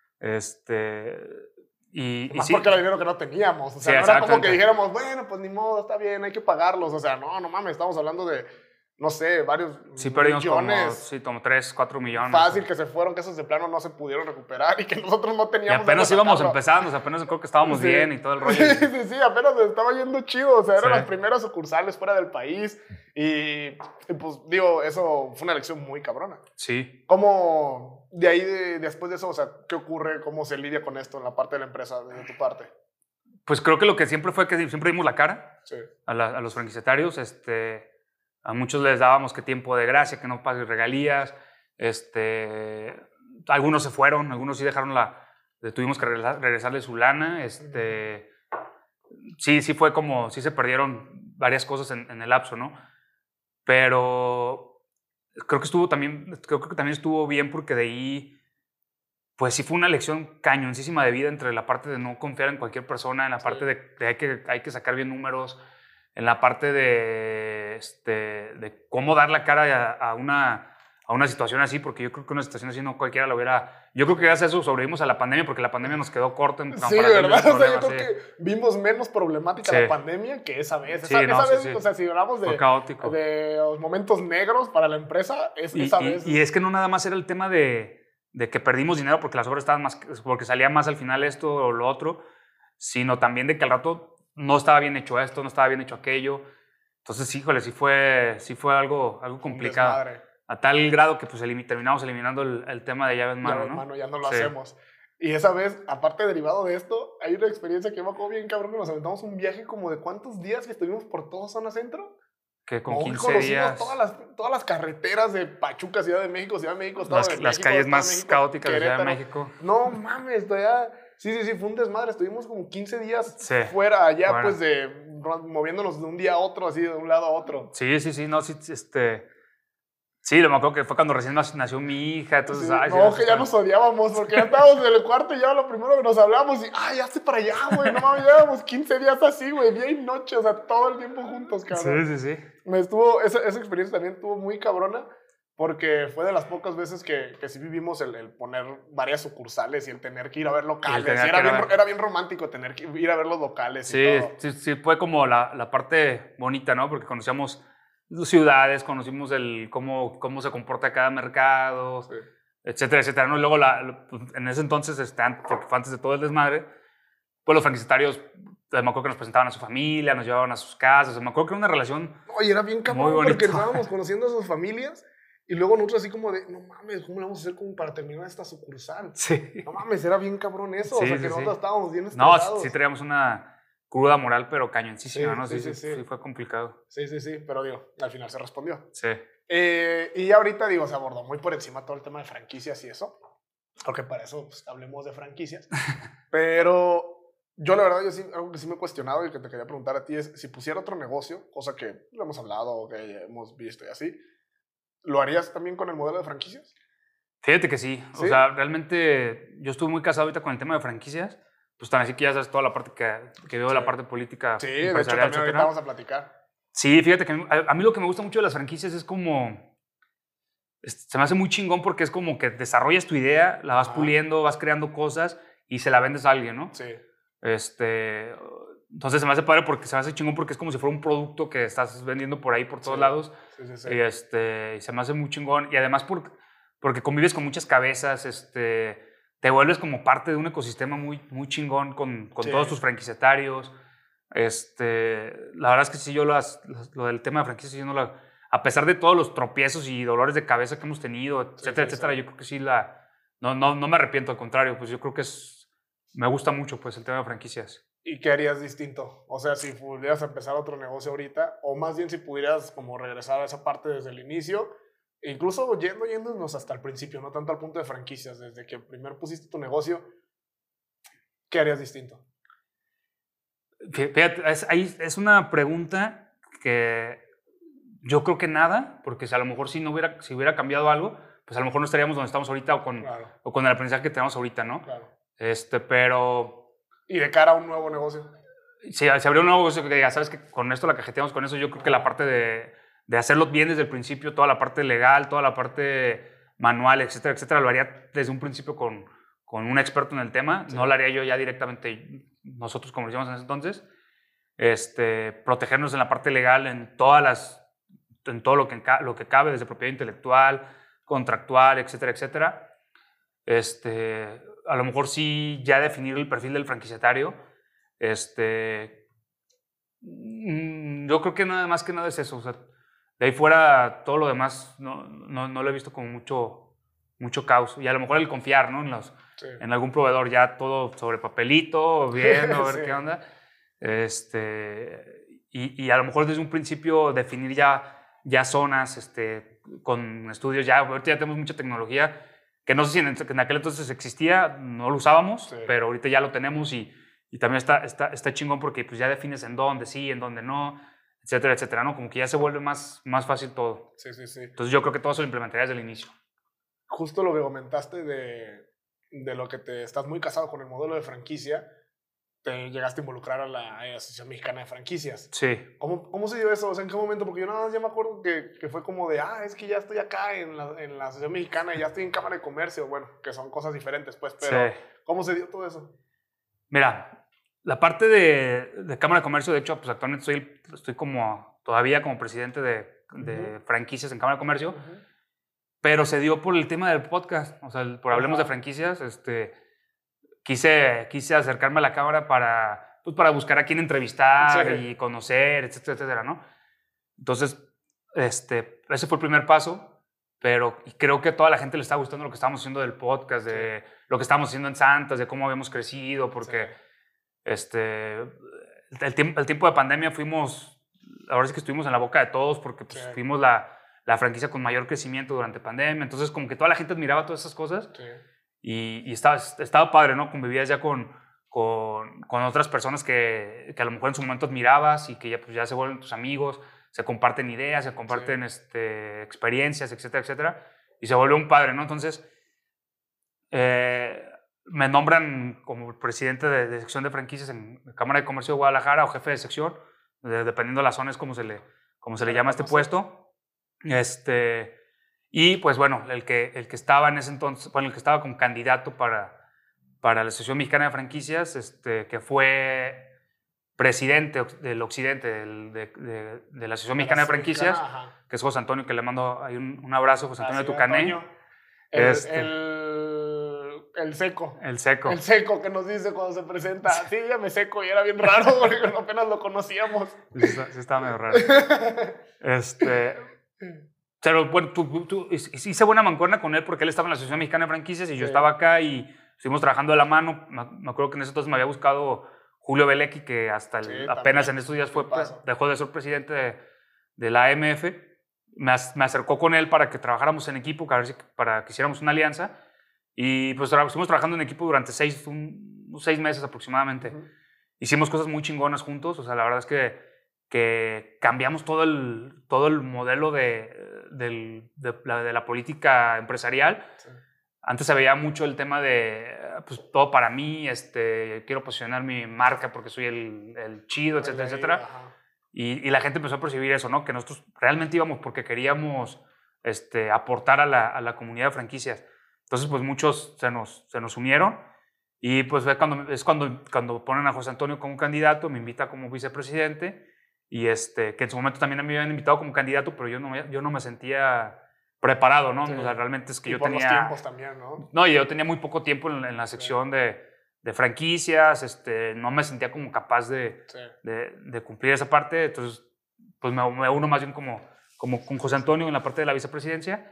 Este, y, y Más sí, porque era dinero que no teníamos. O sea, Sí, no era como exactamente. que dijéramos, bueno, pues ni modo, está bien, hay que pagarlos. O sea, no, no mames, estamos hablando de, no sé, varios sí perdimos como, millones. sí, como tres, cuatro millones. Fácil que se fueron, que esos de plano no se pudieron recuperar y que nosotros no Y teníamos. apenas dónde íbamos sacarlo. empezando, o sea, apenas creo que estábamos Sí. bien y todo el rollo. Sí, sí, sí, apenas nos estaba yendo chido. O sea, eran Sí. las primeras sucursales fuera del país. Y, y, pues, digo, eso fue una lección muy cabrona. Sí. ¿Cómo, de ahí, de- después de eso, o sea, qué ocurre? ¿Cómo se lidia con esto en la parte de la empresa, de tu parte? Pues creo que lo que siempre fue que siempre dimos la cara Sí. a, la- a los franquiciatarios. Este, a muchos les dábamos que tiempo de gracia, que no pagues regalías. Este, algunos se fueron, algunos sí dejaron la... Tuvimos que regresar, regresarle su lana. Este, sí, sí fue como... Sí se perdieron varias cosas en, en el lapso, ¿no? Pero creo que estuvo también... Creo que también estuvo bien porque de ahí... Pues sí fue una lección cañoncísima de vida entre la parte de no confiar en cualquier persona, en la parte de, de hay, que, hay que sacar bien números, en la parte de, este, de cómo dar la cara a, a, una, a una situación así, porque yo creo que una situación así no cualquiera la hubiera... Yo creo que gracias a eso sobrevivimos a la pandemia, porque la pandemia nos quedó corta en Sí, comparación de ¿verdad? ese O sea, yo problema, creo sí. que vimos menos problemática Sí. la pandemia que esa vez. Sí, Esa, no, esa sí, vez, sí. o sea, si hablamos de, Fue caótico. de los momentos negros para la empresa, es, Y, esa y- vez. y es que no nada más era el tema de, de que perdimos dinero porque las obras estaban más, porque salía más al final esto o lo otro, sino también de que al rato no estaba bien hecho esto, no estaba bien hecho aquello. Entonces, híjole, sí fue, sí fue algo, algo un complicado. desmadre. A tal grado que pues elimi- terminamos eliminando el, el tema de llave en mano, Ya, ¿no? hermano, ya no lo Sí. hacemos. Y esa vez, aparte derivado de esto, hay una experiencia que me acuerdo bien cabrón que nos aventamos un viaje como de cuántos días que estuvimos por toda zona centro. Que con No, que quince conocimos días, Todas las, todas las carreteras de Pachuca, Ciudad de México, Ciudad de México, Estado las, de las México, calles Estado de más México, caóticas de Ciudad de Querétaro. México. No mames, todavía. Sí, sí, sí, fue un desmadre. Estuvimos como quince días Sí, fuera, allá, fuera. pues de moviéndonos de un día a otro, así de un lado a otro. Sí, sí, sí, no, sí, este... Sí, lo me acuerdo que fue cuando recién nac- nació mi hija, entonces... Sí, ay, sí, no, sí, que ya sí. nos odiábamos porque ya estábamos en el cuarto y ya lo primero que nos hablamos y, ay, ya estoy para allá, güey. No mames, llevamos quince días así, güey, día y noche, o sea, todo el tiempo juntos, cabrón. Sí, sí, sí. Me estuvo, esa, esa experiencia también estuvo muy cabrona porque fue de las pocas veces que, que sí vivimos el, el poner varias sucursales y el tener que ir a ver locales. tener Y era, que ir a bien, ver. era bien romántico tener que ir a ver los locales Sí, y todo. sí, sí, fue como la, la parte bonita, ¿no? Porque conocíamos ciudades, conocimos el, cómo, cómo se comporta cada mercado, Sí. etcétera, etcétera, ¿no? Y luego, la, lo- pues, en ese entonces, este, an- porque fue antes de todo el desmadre, pues los franquiciatarios, me acuerdo que nos presentaban a su familia, nos llevaban a sus casas, o sea, me acuerdo que era una relación... Oye, era bien cabrón Muy bonito. porque estábamos conociendo a sus familias y luego nosotros así como de, no mames, ¿cómo le vamos a hacer como para terminar esta sucursal? Sí. No mames, era bien cabrón eso. Sí, o sea, sí, que sí. nosotros estábamos bien No, estresados. sí, sí traíamos una... cruda moral, pero cañoncísima, Sí, ¿no? sí, Sí, sí, sí, sí. sí, fue complicado. Sí, sí, sí, pero digo, al final se respondió. Sí. Eh, y ahorita, digo, se abordó muy por encima todo el tema de franquicias y eso, porque para eso pues, hablemos de franquicias. Pero yo, la verdad, yo sí, algo que sí me he cuestionado y que te quería preguntar a ti es, si pusiera otro negocio, cosa que lo hemos hablado o que hemos visto y así, ¿lo harías también con el modelo de franquicias? Fíjate que sí. ¿Sí? O sea, realmente yo estuve muy casado ahorita con el tema de franquicias. Pues tan así que ya sabes toda la parte que, que veo de Sí. la parte política, Sí, de hecho, empresarial, también ahorita etcétera. vamos a platicar. Sí, fíjate que a mí, a mí lo que me gusta mucho de las franquicias es como... es- Se me hace muy chingón porque es como que desarrollas tu idea, la vas Ajá. puliendo, vas creando cosas y se la vendes a alguien, ¿no? Sí, Este, entonces se me hace padre porque se me hace chingón porque es como si fuera un producto que estás vendiendo por ahí, por todos Sí. lados. sí, sí. sí. Y, este, y se me hace muy chingón. Y además por, porque convives con muchas cabezas, este, te vuelves como parte de un ecosistema muy, muy chingón con, con Sí. todos tus franquiciatarios. Este, la verdad es que sí, yo las, las- lo del tema de franquicias, yo no la, a pesar de todos los tropiezos y dolores de cabeza que hemos tenido, etcétera, sí, etcétera, sí. yo creo que sí la, no, no, no me arrepiento, al contrario, pues yo creo que es, me gusta mucho pues el tema de franquicias. ¿Y qué harías distinto? O sea, si pudieras empezar otro negocio ahorita, o más bien si pudieras como regresar a esa parte desde el inicio, e incluso yendo, yéndonos hasta el principio, no tanto al punto de franquicias, desde que primero pusiste tu negocio, ¿qué harías distinto? Fíjate, es, ahí es una pregunta que yo creo que nada, porque si a lo mejor si no hubiera, si hubiera cambiado algo, pues a lo mejor no estaríamos donde estamos ahorita o con, Claro, o con el aprendizaje que tenemos ahorita, ¿no? claro. Este, pero Y de cara a un nuevo negocio. si se abrió un nuevo negocio que diga, sabes que con esto la cajeteamos con eso, yo creo que la parte de, de hacerlo bien desde el principio, toda la parte legal, toda la parte manual, etcétera, etcétera, lo haría desde un principio con, con un experto en el tema, Sí. no lo haría yo ya directamente nosotros como lo hicimos en ese entonces. Este, protegernos en la parte legal en todas las, en todo lo que, lo que cabe, desde propiedad intelectual, contractual, etcétera, etcétera. Este, a lo mejor sí ya definir el perfil del franquiciatario. Este, mm, yo creo que nada más que nada es eso. O sea, de ahí fuera todo lo demás no, no, no lo he visto como mucho, mucho caos. Y a lo mejor el confiar, ¿no? En, los, Sí. en algún proveedor ya todo sobre papelito, bien, a ver Sí. qué onda. Este, y, y a lo mejor desde un principio definir ya, ya zonas este, con estudios. Ya, ahorita ya tenemos mucha tecnología que no sé si en, en aquel entonces existía, no lo usábamos, Sí. pero ahorita ya lo tenemos y, y también está, está, está chingón porque pues ya defines en dónde sí, en dónde no, etcétera, etcétera, ¿no? Como que ya se vuelve más, más fácil todo. Sí, sí, sí. Entonces yo creo que todo eso lo implementaría desde el inicio. Justo lo que comentaste de, de lo que te estás muy casado con el modelo de franquicia, te llegaste a involucrar a la Asociación Mexicana de Franquicias. Sí. ¿Cómo, ¿Cómo se dio eso? O sea, ¿en qué momento? Porque yo nada más ya me acuerdo que, que fue como de, ah, es que ya estoy acá en la, en la Asociación Mexicana y ya estoy en Cámara de Comercio. Bueno, que son cosas diferentes, pues, pero Sí. ¿cómo se dio todo eso? Mira, la parte de, de Cámara de Comercio, de hecho, pues actualmente estoy, estoy como, todavía como presidente de, de Ujú. franquicias en Cámara de Comercio, Uh-huh. pero se dio por el tema del podcast, o sea, el- por Hablemos Ajá. de Franquicias, este, quise, quise acercarme a la cámara para, pues, para buscar a quién entrevistar Sí. y conocer, etcétera, etcétera, ¿no? Entonces, este, ese fue el primer paso, pero creo que a toda la gente le está gustando lo que estamos haciendo del podcast, de lo que estamos haciendo en Santas, de cómo habíamos crecido, porque Sí. este, el, tiempo, el tiempo de pandemia fuimos, ahora sí que estuvimos en la boca de todos, porque pues, Sí. fuimos la, la franquicia con mayor crecimiento durante pandemia, entonces como que toda la gente admiraba todas esas cosas. Sí. Y, y estaba, estaba padre, ¿no? Convivías ya con, con, con otras personas que, que a lo mejor en su momento admirabas y que ya, pues, ya se vuelven tus amigos, se comparten ideas, se comparten Sí. este, experiencias, etcétera, etcétera. Y se vuelve un padre, ¿no? Entonces, eh, me nombran como presidente de, de sección de franquicias en la Cámara de Comercio de Guadalajara o jefe de sección, de, dependiendo de la zona es como se le, como se le llama a este puesto. Este... Y pues bueno, el que, el que estaba en ese entonces, bueno, el que estaba como candidato para, para la Asociación Mexicana de Franquicias, este, que fue presidente del occidente del, de, de, de la Asociación Mexicana de Franquicias, Mexicana, que es José Antonio, que le mando ahí un, un abrazo, José Antonio Así, Tucané. Antonio. El, Este. el, el seco. El seco. El seco que nos dice cuando se presenta. Sí, ya me seco y era bien raro porque apenas lo conocíamos. Sí, está, sí estaba medio raro. Este... Pero bueno, tú, tú, tú, hice buena mancuerna con él porque él estaba en la Asociación Mexicana de Franquicias y Sí. yo estaba acá y estuvimos trabajando de la mano. Me, me acuerdo que en ese entonces me había buscado Julio Belecki, que hasta el, Sí, apenas también. en estos días fue, ¿Qué pasó? dejó de ser presidente de, de la A M F, me, as- me acercó con él para que trabajáramos en equipo, para, ver si- para que hiciéramos una alianza. Y pues tra- estuvimos trabajando en equipo durante seis, un- unos seis meses aproximadamente. Ujú. Hicimos cosas muy chingonas juntos. O sea, la verdad es que, que cambiamos todo el, todo el modelo de, del- de, la, de la política empresarial. Sí. Antes se veía mucho el tema de, pues, todo para mí, este, quiero posicionar mi marca porque soy el, el chido, etcétera, Pues ahí, etcétera. ajá. Y, y la gente empezó a percibir eso, ¿no? Que nosotros realmente íbamos porque queríamos este, aportar a la, a la comunidad de franquicias. Entonces, pues muchos se nos, se nos unieron y pues fue cuando, es cuando, cuando ponen a José Antonio como candidato, me invita como vicepresidente y este, que en su momento también me habían invitado como candidato, pero yo no, me- yo no me sentía preparado, ¿no? Sí. O sea, realmente es que Y yo por tenía... los tiempos también, ¿no? No, y yo tenía muy poco tiempo en, en la sección de, de franquicias, este, no me sentía como capaz de, Sí. de, de cumplir esa parte, entonces pues me, me uno más bien como, como con José Antonio en la parte de la vicepresidencia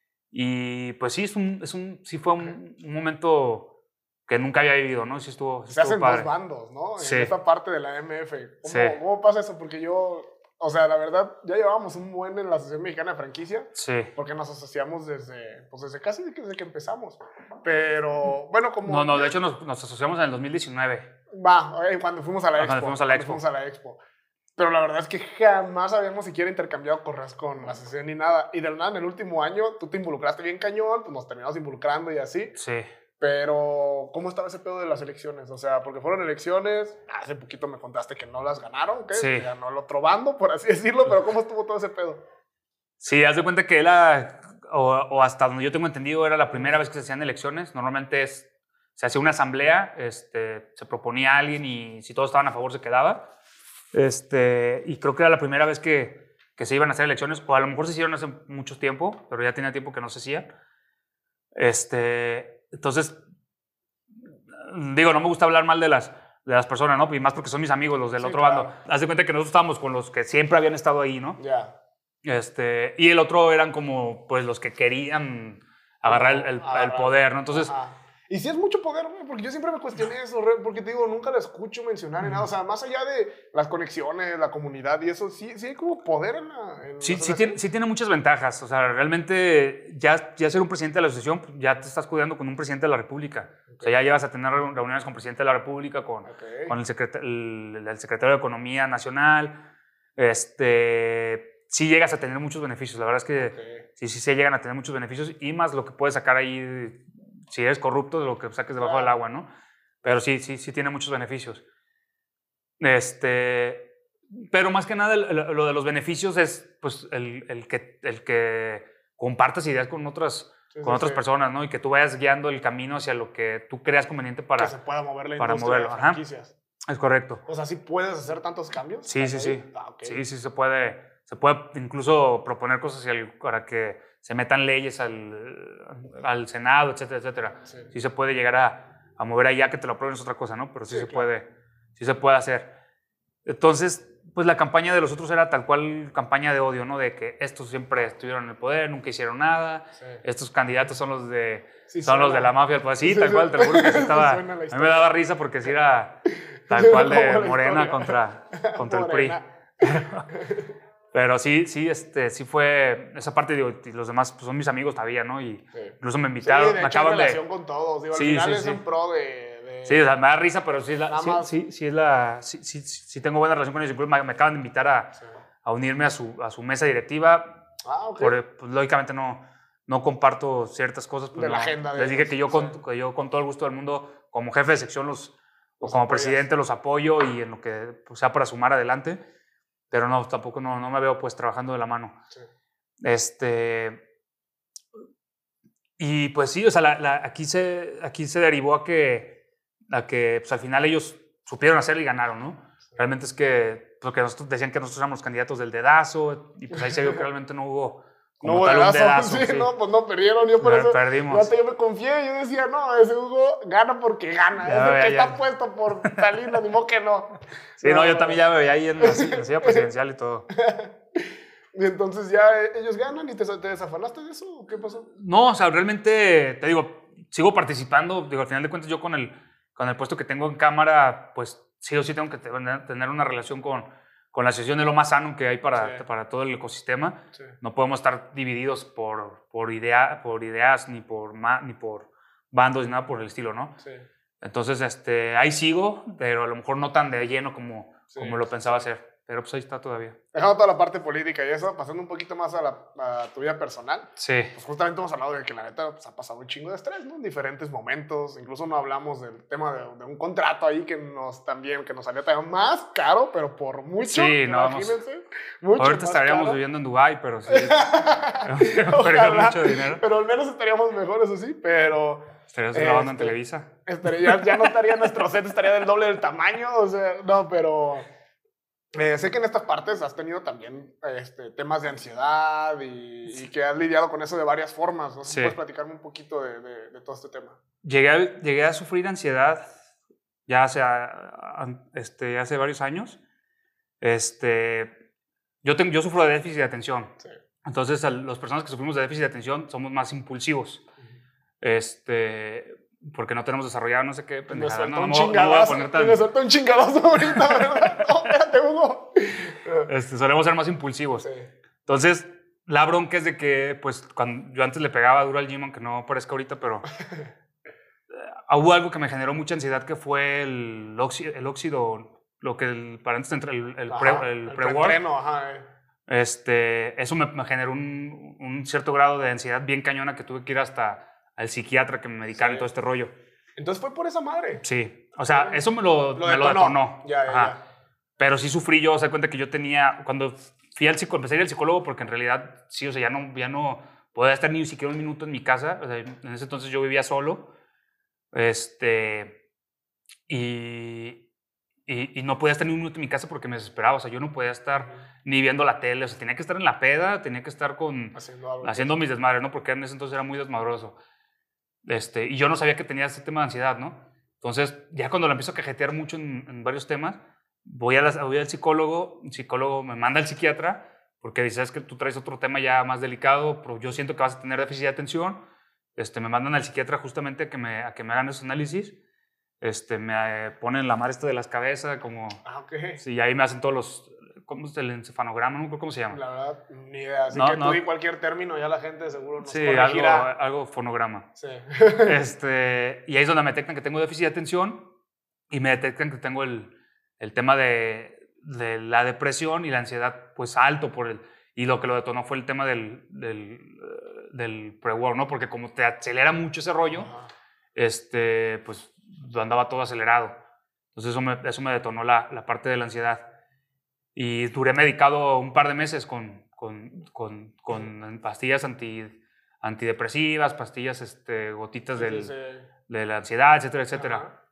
y pues sí, es un, es un, sí fue un, un momento que nunca había vivido, ¿no? Sí estuvo, sí Se estuvo hacen padre. dos bandos, ¿no? Sí. En esa parte de la M F. ¿Cómo, Sí. ¿Cómo pasa eso? Porque yo, o sea, la verdad, ya llevábamos un buen en la Asociación Mexicana de Franquicia, Sí. porque nos asociamos desde, pues desde casi desde que empezamos. Pero, bueno, como... No, no, de hecho nos, nos asociamos en el dos mil diecinueve. Va, eh, cuando fuimos a la Ah, expo. cuando fuimos a la cuando expo. fuimos a la expo. Pero la verdad es que jamás habíamos siquiera intercambiado correos con la asociación ni nada. Y de la nada, en el último año, tú te involucraste bien cañón, pues nos terminamos involucrando y así. Sí. Pero, ¿cómo estaba ese pedo de las elecciones? O sea, porque fueron elecciones, hace poquito me contaste que no las ganaron, ¿qué? Sí. Que ganó el otro bando, por así decirlo, pero ¿cómo estuvo todo ese pedo? Sí, haz de cuenta que era, o, o hasta donde yo tengo entendido, era la primera vez que se hacían elecciones. Normalmente es, se hacía una asamblea, este, se proponía a alguien y si todos estaban a favor se quedaba. Este, y creo que era la primera vez que, que se iban a hacer elecciones, o a lo mejor se hicieron hace mucho tiempo, pero ya tenía tiempo que no se hacían. Este, entonces, digo, no me gusta hablar mal de las, de las personas, ¿no? Y más porque son mis amigos, los del Sí, otro claro. bando. Haz de cuenta que nosotros estábamos con los que siempre habían estado ahí, ¿no? Ya. Este, y el otro eran como, pues, los que querían agarrar el, el- el Agarrar. poder, ¿no? Entonces, Ajá. Y sí es mucho poder, güey, porque yo siempre me cuestioné eso, re, porque te digo, nunca la escucho mencionar ni nada. O sea, más allá de las conexiones, la comunidad y eso, sí, sí hay como poder en la. En sí, la sí, tiene, sí tiene muchas ventajas. O sea, realmente ya, ya ser un presidente de la asociación, ya te estás cuidando con un presidente de la República. O sea, ya llegas a tener reun- reuniones con presidente de la República, con, Ok. con el, secreta- el, el secretario de Economía Nacional. Este, sí llegas a tener muchos beneficios. La verdad es que Ok. sí, sí se llegan a tener muchos beneficios y más lo que puedes sacar ahí, si eres corrupto, de lo que saques debajo Claro. del agua, ¿no? Pero sí, sí, sí tiene muchos beneficios. Este, pero más que nada el- el- lo de los beneficios es pues, el, el que, el que compartas ideas con otras, Sí, con sí, otras sí. personas, ¿no? Y que tú vayas guiando el camino hacia lo que tú creas conveniente para... Que se pueda mover la para industria moverlo, de ajá. franquicias. Es correcto. O sea, ¿sí puedes hacer tantos cambios? Sí, sí, ¿Ahí? sí. Ah, ok. Sí, sí se puede. Se puede incluso proponer cosas hacia el- para que se metan leyes al, al Senado, etcétera, etcétera. Sí. Sí se puede llegar a, a mover ahí, ya que te lo aprueben es otra cosa, ¿no? Pero sí, Sí, se claro. puede, sí se puede hacer. Entonces, pues la campaña de los otros era tal cual campaña de odio, ¿no? De que estos siempre estuvieron en el poder, nunca hicieron nada. Sí. Estos candidatos son los de, Sí, son los suena. de la mafia. Pues sí, Sí, tal sí. cual, te lo juro que sí Sí estaba. suena la A mí me historia. daba risa porque sí era tal Sí, cual como de la Morena historia. contra, contra el P R I. Morena. Pero sí, sí, este, sí fue esa parte, digo, y los demás pues, son mis amigos todavía, ¿no? Y Sí. incluso me Sí, invitaron, de me hecho, hay acaban de... relación con todos. Digo, al Sí, final sí, es sí. en pro de... de- Sí, o sea, me da risa, pero sí, es la, Nada sí, más. sí, sí es la, sí, sí, sí tengo buena relación con ellos. Incluso me, me acaban de invitar a, Sí. a unirme a su, a su mesa directiva. Ah, ok. Por, pues, lógicamente no, no comparto ciertas cosas. Pues, De la no. agenda de Les dije ellos, que yo, con, sí. que yo con todo el gusto del mundo, como jefe de sección los, o Los como apoyas. presidente los apoyo y en lo que pues, sea para sumar adelante. Pero no, tampoco no, no me veo pues trabajando de la mano. Sí. Este, y pues sí, o sea, la, la, aquí, se, aquí se derivó a que, a que pues, al final ellos supieron hacerlo y ganaron, ¿no? Realmente es que, porque nosotros decían que nosotros éramos los candidatos del dedazo, y pues ahí se vio que realmente no hubo como No hubo tal un dedazo. dedazo. Sí, sí. no, pues no perdieron. Yo por Per- eso. perdimos. Fíjate, yo me confié. Yo decía, no, ese Hugo gana porque gana. Ya, es el ya, que ya. está puesto por Salinas, ni modo que no. Sí, no, yo también ya me veía ahí en la, en la silla presidencial y todo. Y entonces ya eh, ellos ganan y te, te desafanaste de eso. ¿O qué pasó? No, o sea, realmente, te digo, sigo participando. Digo, al final de cuentas, yo con el, con el puesto que tengo en cámara, pues sí o sí tengo que tener, tener una relación con, con la asociación, de lo más sano que hay para, Sí. para todo el ecosistema. Sí. No podemos estar divididos por, por, idea, por ideas, ni por, ma, ni por bandos, ni nada por el estilo, ¿no? Sí. Entonces, este, ahí sigo, pero a lo mejor no tan de lleno como, Sí, como lo pensaba sí. hacer. Pero pues ahí está todavía. Dejando toda la parte política y eso, pasando un poquito más a, la, a tu vida personal. Sí. Pues justamente hemos hablado de que la neta pues, ha pasado un chingo de estrés, ¿no? En diferentes momentos. Incluso no hablamos del tema de, de un contrato ahí que nos también, que nos salía también más caro, pero por mucho. Sí, no, imagínense. Mucho ahorita más estaríamos caro. viviendo en Dubái, pero sí. Hemos perdido mucho dinero. Pero al menos estaríamos mejor, eso sí, pero... Estaríamos grabando en este, Televisa. Estaría, ya, ya no estaría nuestro set, estaría del doble del tamaño, o sea, no, pero... Eh, sé que en estas partes has tenido también este, temas de ansiedad y, y que has lidiado con eso de varias formas. No sé si Sí. puedes platicarme un poquito de, de, de todo este tema. Llegué a, llegué a sufrir ansiedad ya hace, este, hace varios años. Este, yo, tengo, yo sufro de déficit de atención. Sí. Entonces, a las personas que sufrimos de déficit de atención somos más impulsivos. Uh-huh. Este, porque no tenemos desarrollado no sé qué pendejada. Me no, un no, no voy a poner tan... Me suelta un chingadazo ahorita, ¿verdad? No, espérate, Hugo. Este, solemos ser más impulsivos. Sí. Entonces, la bronca es de que, pues, cuando yo antes le pegaba duro al gym, aunque no parezca ahorita, pero hubo algo que me generó mucha ansiedad, que fue el óxido, el óxido lo que el, para antes entre el, el, Ajá, pre, el, el pre-work. Pre ajá, eh. Este, eso me, me generó un, un cierto grado de ansiedad bien cañona que tuve que ir hasta al psiquiatra que me medicara, sí, y todo este rollo. Entonces fue por esa madre. Sí, o sea, eso me lo, lo, me detonó. lo detonó. Ya, ya, Ajá. ya. Pero sí sufrí yo, o sea, cuenta que yo tenía, cuando fui al psicólogo, empecé a ir al psicólogo porque en realidad, sí, o sea, ya no, ya no podía estar ni siquiera un minuto en mi casa. O sea, en ese entonces yo vivía solo. Este, y, y, y no podía estar ni un minuto en mi casa porque me desesperaba. O sea, yo no podía estar ni viendo la tele. O sea, tenía que estar en la peda, tenía que estar con, haciendo, algo haciendo mis desmadres, ¿no? Porque en ese entonces era muy desmadroso. Este, y yo no sabía que tenía ese tema de ansiedad, ¿no? Entonces, ya cuando la empiezo a cajetear mucho en, en varios temas, voy, a la, voy al psicólogo, el psicólogo me manda al psiquiatra porque dice, es que tú traes otro tema ya más delicado, pero yo siento que vas a tener déficit de atención. Este, me mandan al psiquiatra justamente a que me, a que me hagan esos análisis. Este, me ponen la madre esta de las cabezas, como... Ah, ok. Sí, y ahí me hacen todos los... ¿Cómo es el encefalograma? No me acuerdo cómo se llama. La verdad, ni idea. Así no, que no. tú di cualquier término, ya la gente seguro nos sí, corregirá. algo, algo fonograma. Sí. Este, y ahí es donde me detectan que tengo déficit de atención y me detectan que tengo el, el tema de, de la depresión y la ansiedad, pues alto por el... Y lo que lo detonó fue el tema del, del, del pre-work, ¿no? Porque como te acelera mucho ese rollo, uh-huh. este, pues andaba todo acelerado. Entonces eso me, eso me detonó la, la parte de la ansiedad. Y duré medicado un par de meses con, con, con, con uh-huh. pastillas anti, antidepresivas, pastillas, este, gotitas del, sí, sí. de la ansiedad, etcétera, etcétera. Uh-huh.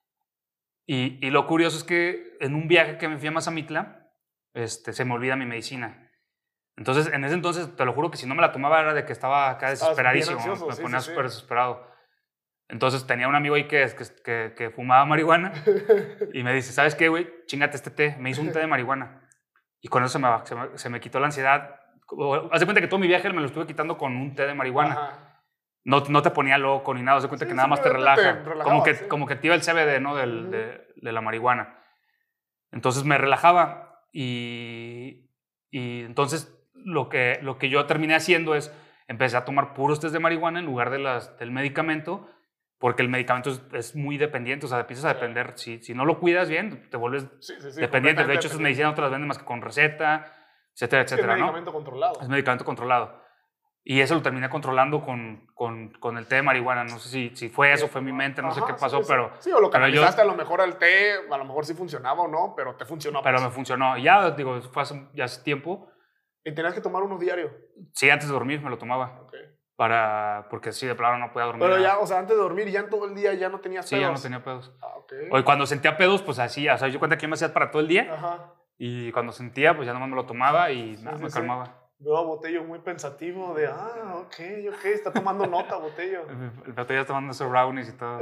Y, y lo curioso es que en un viaje que me fui a Mazamitla, este, se me olvida mi medicina. Entonces, en ese entonces, te lo juro que si no me la tomaba era de que estaba acá desesperadísimo. Ansioso, me sí, ponía sí, súper sí. desesperado. Entonces, tenía un amigo ahí que, que, que, que fumaba marihuana y me dice, ¿sabes qué, güey? Chíngate este té. Me hizo un té de marihuana. Y con eso se me, se me, se me quitó la ansiedad. Haz de cuenta que todo mi viaje me lo estuve quitando con un té de marihuana. No, no te ponía loco ni nada. Haz de cuenta sí, que nada más te relaja. Te relajaba, como, que, sí. como que activa el C B D, ¿no? Del, uh-huh. de, de la marihuana. Entonces, me relajaba y, y entonces... Lo que, lo que yo terminé haciendo es, empecé a tomar puros test de marihuana en lugar de las, del medicamento, porque el medicamento es, es muy dependiente, o sea, empiezas a depender, sí. si, si no lo cuidas bien, te vuelves sí, sí, sí, dependiente. De hecho, esas medicinas no te las venden más que con receta, etcétera, etcétera. Es medicamento ¿no? controlado. Es medicamento controlado. Y eso lo terminé controlando con, con, con el té de marihuana. No sé si, si fue eso, fue mi mente, no Ajá, sé qué pasó, sí, pero... Sí, o lo canalizaste yo, a lo mejor al té, a lo mejor sí funcionaba o no, pero te funcionó. Pero pues. me funcionó. Y ya, digo, fue hace, ya hace tiempo. ¿Y tenías que tomar uno diario? Sí, antes de dormir me lo tomaba. Okay. Para, porque sí, de plano no podía dormir. Pero nada. ya, o sea, antes de dormir, ya en todo el día ya no tenías sí, pedos. Sí, ya no tenía pedos. Ah, okay. O cuando sentía pedos, pues así, o sea, yo cuenta que yo me hacía para todo el día. Ajá. Y cuando sentía, pues ya nomás me lo tomaba y sí, nada, sí, me calmaba. Sí. Veo a Botello muy pensativo de, ah, ok, ok, está tomando nota, Botello. El Botello está tomando esos brownies y todo.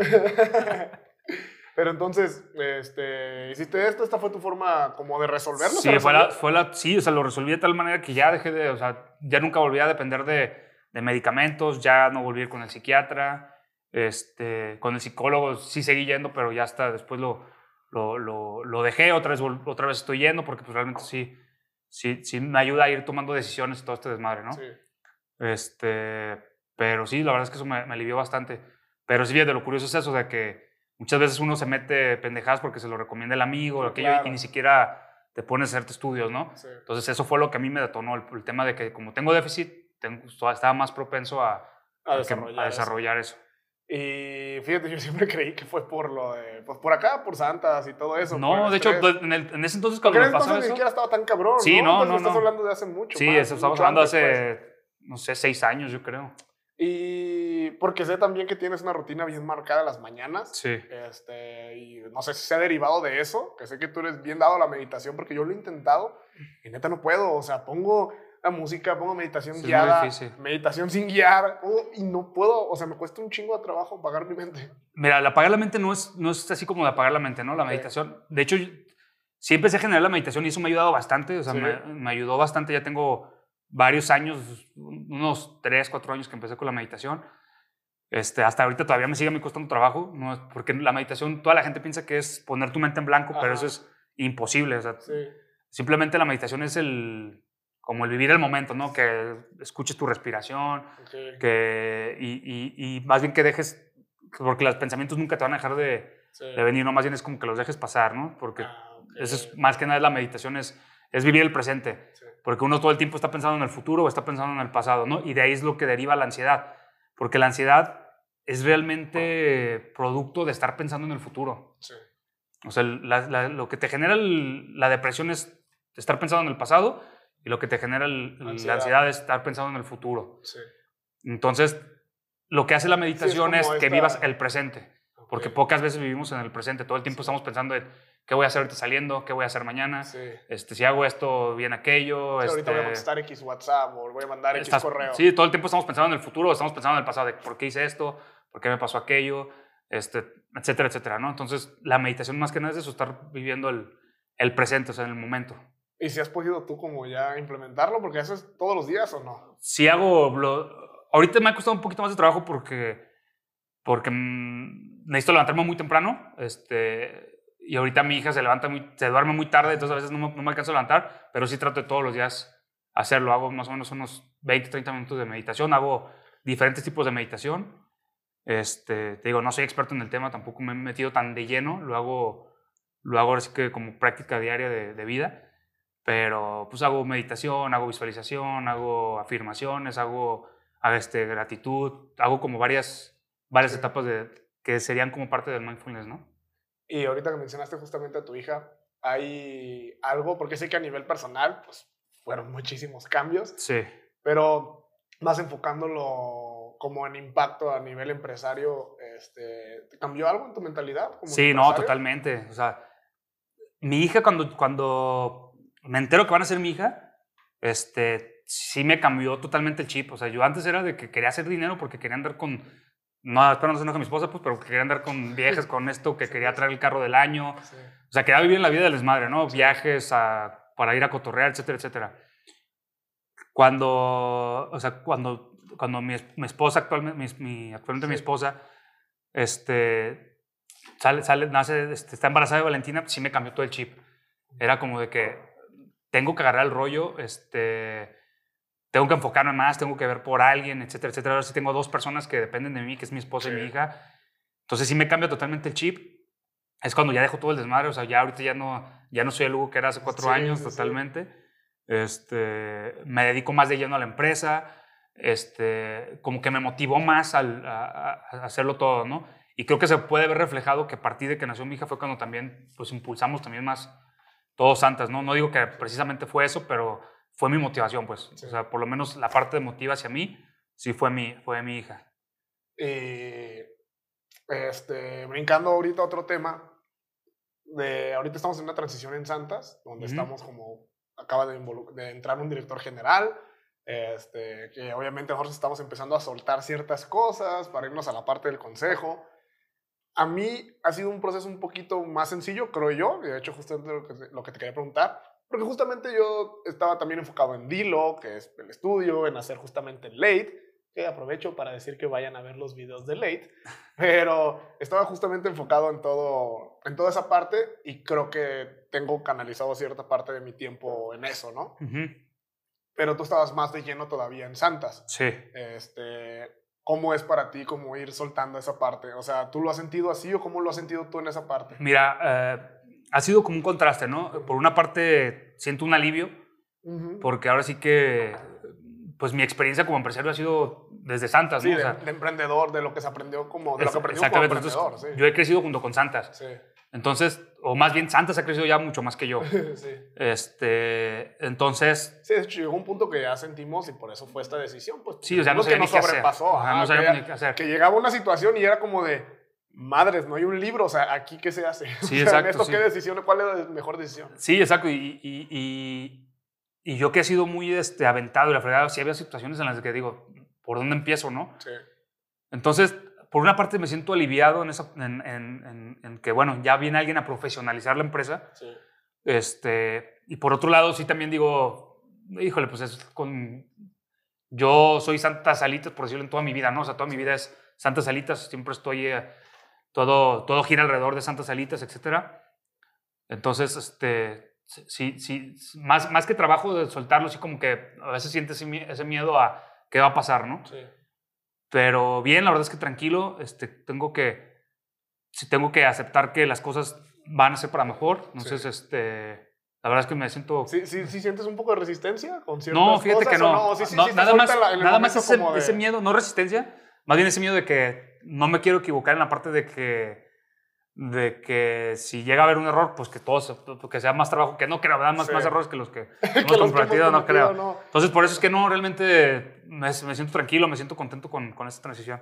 Pero entonces, este, hiciste esto, ¿esta fue tu forma como de resolverlo? Sí, fue la, fue la, sí, o sea, lo resolví de tal manera que ya dejé de, o sea, ya nunca volví a depender de, de medicamentos, ya no volví a ir con el psiquiatra, este, con el psicólogo sí seguí yendo, pero ya hasta después lo, lo, lo, lo dejé, otra vez, otra vez estoy yendo porque pues realmente sí, sí, sí me ayuda a ir tomando decisiones y todo este desmadre, ¿no? Sí. Este, pero sí, la verdad es que eso me, me alivió bastante. Pero sí, de lo curioso es eso, de que muchas veces uno se mete pendejadas porque se lo recomienda el amigo o Sí, aquello claro. y ni siquiera te pones a hacerte estudios, ¿no? Sí. Entonces eso fue lo que a mí me detonó, el, el tema de que como tengo déficit, tengo, estaba más propenso a, A a, que- desarrollar a eso. desarrollar eso. Y fíjate, yo siempre creí que fue por lo de, pues por acá, por Santas y todo eso. por No, el de hecho, estrés. en, el- en ese entonces Porque cuando en me ese pasó entonces ni eso... siquiera estaba tan cabrón, Sí, ¿no? no, Entonces no, estás no. hablando de hace mucho Sí, más. eso estamos mucho hablando antes, pues. hace, no sé, seis años, yo creo. Y porque sé también que tienes una rutina bien marcada en las mañanas. Sí. Este, y no sé si se ha derivado de eso, que sé que tú eres bien dado a la meditación, porque yo lo he intentado y neta no puedo. O sea, pongo la música, pongo meditación Sí, es muy guiada, difícil. meditación sin guiar, oh, y no puedo. O sea, me cuesta un chingo de trabajo apagar mi mente. Mira, el apagar la mente no es, no es así como de apagar la mente, ¿no? La Ok. meditación. De hecho, yo- sí empecé a generar la meditación y eso me ha ayudado bastante. O sea, Sí. me, me ayudó bastante. Ya tengo varios años, unos tres, cuatro años que empecé con la meditación. Este, hasta ahorita todavía me sigue me costando trabajo, ¿no? Es- porque la meditación, toda la gente piensa que es poner tu mente en blanco, pero Ajá. eso es imposible. O sea, Sí, simplemente la meditación es el, como el vivir el momento, ¿no? Que escuches tu respiración, ok. que, y, y, y más bien que dejes, porque los pensamientos nunca te van a dejar de, Sí. de venir, ¿no? Más bien es como que los dejes pasar, ¿no? Porque Ah, ok. eso es, más que nada la meditación es, es vivir el presente. Sí. Porque uno todo el tiempo está pensando en el futuro o está pensando en el pasado, ¿no? Y de ahí es lo que deriva la ansiedad. Porque la ansiedad es realmente producto de estar pensando en el futuro. Sí. O sea, la- la- lo que te genera el- la depresión es estar pensando en el pasado y lo que te genera el- Ansiedad. la ansiedad es estar pensando en el futuro. Sí. Entonces, lo que hace la meditación como es, que esta- vivas el presente. Ok. Porque pocas veces vivimos en el presente. Todo el tiempo Sí. estamos pensando en qué voy a hacer ahorita saliendo, qué voy a hacer mañana. Sí. Este, si hago esto, viene aquello. Sí, este, ahorita voy a contestar X WhatsApp o voy a mandar X estás- correo. Sí, todo el tiempo estamos pensando en el futuro, estamos pensando en el pasado, de por qué hice esto, por qué me pasó aquello, este, etcétera, etcétera, ¿no? Entonces, la meditación más que nada es eso, estar viviendo el, el presente, o sea, en el momento. ¿Y si has podido tú como ya implementarlo? Porque haces todos los días o no. Si hago... Lo, ahorita me ha costado un poquito más de trabajo porque, porque mm, necesito levantarme muy temprano, este, y ahorita mi hija se levanta muy, se duerme muy tarde, entonces a veces no, me- no me alcanzo a levantar, pero sí trato de todos los días hacerlo. Hago más o menos unos veinte, treinta minutos de meditación, hago diferentes tipos de meditación. Este, te digo, no soy experto en el tema, tampoco me he metido tan de lleno, lo hago, lo hago ahora sí que como práctica diaria de, de vida, pero pues hago meditación, hago visualización, hago afirmaciones, hago, hago este, gratitud, hago como varias, varias Sí. etapas de, que serían como parte del mindfulness, ¿no? Y ahorita que mencionaste justamente a tu hija, ¿hay algo? Porque sé que a nivel personal, pues fueron muchísimos cambios, Sí. pero más enfocándolo como en impacto a nivel empresario, este, ¿te cambió algo en tu mentalidad? Como Sí, no, empresario? totalmente. O sea, mi hija, cuando, cuando me entero que van a ser mi hija, este, sí me cambió totalmente el chip. O sea, yo antes era de que quería hacer dinero porque quería andar con, no, espero no se enoje mi esposa, pues, pero que quería andar con viajes, con esto, que Sí. quería traer el carro del año. Sí. O sea, quería vivir la vida del desmadre, ¿no? Viajes a, para ir a cotorrear, etcétera, etcétera. Cuando, o sea, cuando, cuando mi, es- mi esposa, actualmente, mi, mi- actualmente mi Sí. esposa, este, sale, sale, nace, este, está embarazada de Valentina, pues sí me cambió todo el chip. Era como de que tengo que agarrar el rollo, este, tengo que enfocarme más, tengo que ver por alguien, etcétera, etcétera. Ahora sí tengo dos personas que dependen de mí, que es mi esposa Sí. y mi hija. Entonces sí me cambia totalmente el chip. Es cuando ya dejo todo el desmadre, o sea, ya ahorita ya no, ya no soy el Hugo que era hace cuatro Sí, años, sí, sí. totalmente. Este, me dedico más de lleno a la empresa, este, como que me motivó más al, a, a hacerlo todo, ¿no? Y creo que se puede ver reflejado que a partir de que nació mi hija fue cuando también, pues, impulsamos también más todos Santas, ¿no? No digo que precisamente fue eso, pero fue mi motivación, pues. Sí. O sea, por lo menos la parte de motiva hacia mí, sí fue mi, fue mi hija. Y este, brincando ahorita a otro tema, de, ahorita estamos en una transición en Santas, donde Ujú. estamos como, acaba de, involu- de entrar un director general, este, que obviamente nosotros estamos empezando a soltar ciertas cosas para irnos a la parte del consejo. A mí ha sido un proceso un poquito más sencillo, creo yo, y de hecho justamente lo que, lo que te quería preguntar, porque justamente yo estaba también enfocado en Dilo, que es el estudio, en hacer justamente el late, que aprovecho para decir que vayan a ver los videos de Late, pero estaba justamente enfocado en todo, en toda esa parte y creo que tengo canalizado cierta parte de mi tiempo en eso, ¿no? Uh-huh. Pero tú estabas más de lleno todavía en Santas. Sí. Este, ¿cómo es para ti como ir soltando esa parte? O sea, ¿tú lo has sentido así o cómo lo has sentido tú en esa parte? Mira, eh, ha sido como un contraste, ¿no? Por una parte siento un alivio, uh-huh. porque ahora sí que pues mi experiencia como empresario ha sido desde Santas, sí, ¿no? De, o sea, de emprendedor, de lo que se aprendió como, de lo que aprendió como exactamente. emprendedor. Entonces, sí. Yo he crecido junto con Santas. Sí. Entonces, o más bien Santas ha crecido ya mucho más que yo. sí. Este, entonces... Sí, de hecho, llegó un punto que ya sentimos y por eso fue esta decisión. Pues, sí, o sea, no sabía que ni qué hacer. sobrepasó. Ajá, no sabía ni qué hacer. Que llegaba una situación y era como de, madres, no hay un libro, o sea, ¿aquí qué se hace? Sí, o sea, exacto. ¿esto sí. qué decisión? ¿Cuál es la mejor decisión? Sí, exacto. Y, y, y, y yo que he sido muy este, aventado y la fregada, sí había situaciones en las que digo, ¿por dónde empiezo, no? Sí. Entonces, por una parte me siento aliviado en, esa, en, en, en, en que, bueno, ya viene alguien a profesionalizar la empresa. Sí. Este, y por otro lado, sí también digo, híjole, pues es con... Yo soy Santas Salitas, por decirlo, en toda mi vida, ¿no? O sea, toda mi vida es Santas Salitas, siempre estoy... Eh, todo, todo gira alrededor de Santas Salitas, etcétera. Entonces, este... Sí, sí, más, más que trabajo de soltarlo, sí como que a veces sientes ese miedo a qué va a pasar, ¿no? Sí. Pero bien, la verdad es que tranquilo, este, tengo que, sí, tengo que aceptar que las cosas van a ser para mejor. Entonces, sí. este, la verdad es que me siento... ¿Sí, sí, sí sientes un poco de resistencia con ciertas No, fíjate cosas, que no. no? Sí, sí, no sí, nada más, la, nada más ese, de... ese miedo, no resistencia, más bien ese miedo de que no me quiero equivocar en la parte de que de que si llega a haber un error, pues que todo se, que sea más trabajo, que no creo, da más, sí. más errores que los que hemos comprometido, no creo. No. Entonces, por eso es que no, realmente me, me siento tranquilo, me siento contento con, con esta transición.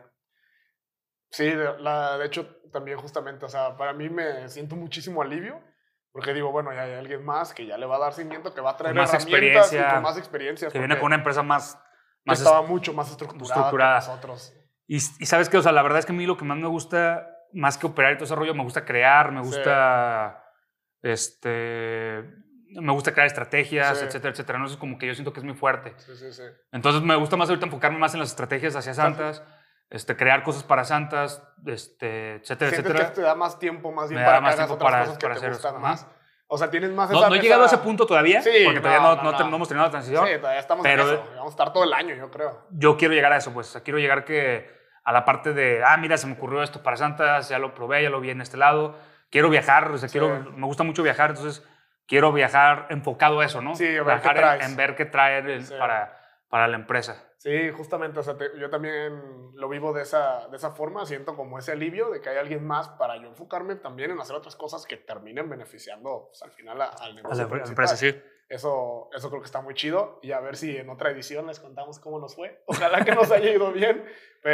Sí, la, de hecho, también justamente, o sea, para mí me siento muchísimo alivio, porque digo, bueno, ya hay alguien más que ya le va a dar cimiento, que va a traer con más herramientas experiencia, y con más experiencia. Que viene con una empresa más... más que estaba mucho más estructurada, estructurada. que nosotros. Y, y ¿sabes qué? O sea, la verdad es que a mí lo que más me gusta... más que operar y todo ese rollo, me gusta crear, me gusta, sí. este, me gusta crear estrategias, sí. etcétera, etcétera. No, eso es como que yo siento que es muy fuerte. Sí, sí, sí. Entonces me gusta más ahorita enfocarme más en las estrategias hacia Santas, este, crear cosas para Santas, este, etcétera, ¿Sientes etcétera. que te da más tiempo más bien me para da más que hagas tiempo otras para, cosas que para te hacer gustan eso. más? O sea, tienes más no, esa... No he esa... llegado a ese punto todavía, sí, porque todavía no, no, no, no, no. no hemos terminado la transición. Sí, todavía estamos pero en eso. Vamos a estar todo el año, yo creo. Yo quiero llegar a eso, pues. Quiero llegar que a la parte de, ah, mira, se me ocurrió esto para Santas, ya lo probé, ya lo vi en este lado. Quiero viajar, o sea, sí. quiero, me gusta mucho viajar, entonces quiero viajar enfocado a eso, ¿no? Sí, a ver viajar qué traes. En, en ver qué traer el, sí. para, para la empresa. Sí, justamente, o sea, te, yo también lo vivo de esa, de esa forma, siento como ese alivio de que hay alguien más para yo enfocarme también en hacer otras cosas que terminen beneficiando, pues, al final a, al negocio. A la empresa, sí. Eso, eso creo que está muy chido y a ver si en otra edición les contamos cómo nos fue. Ojalá que nos haya ido bien,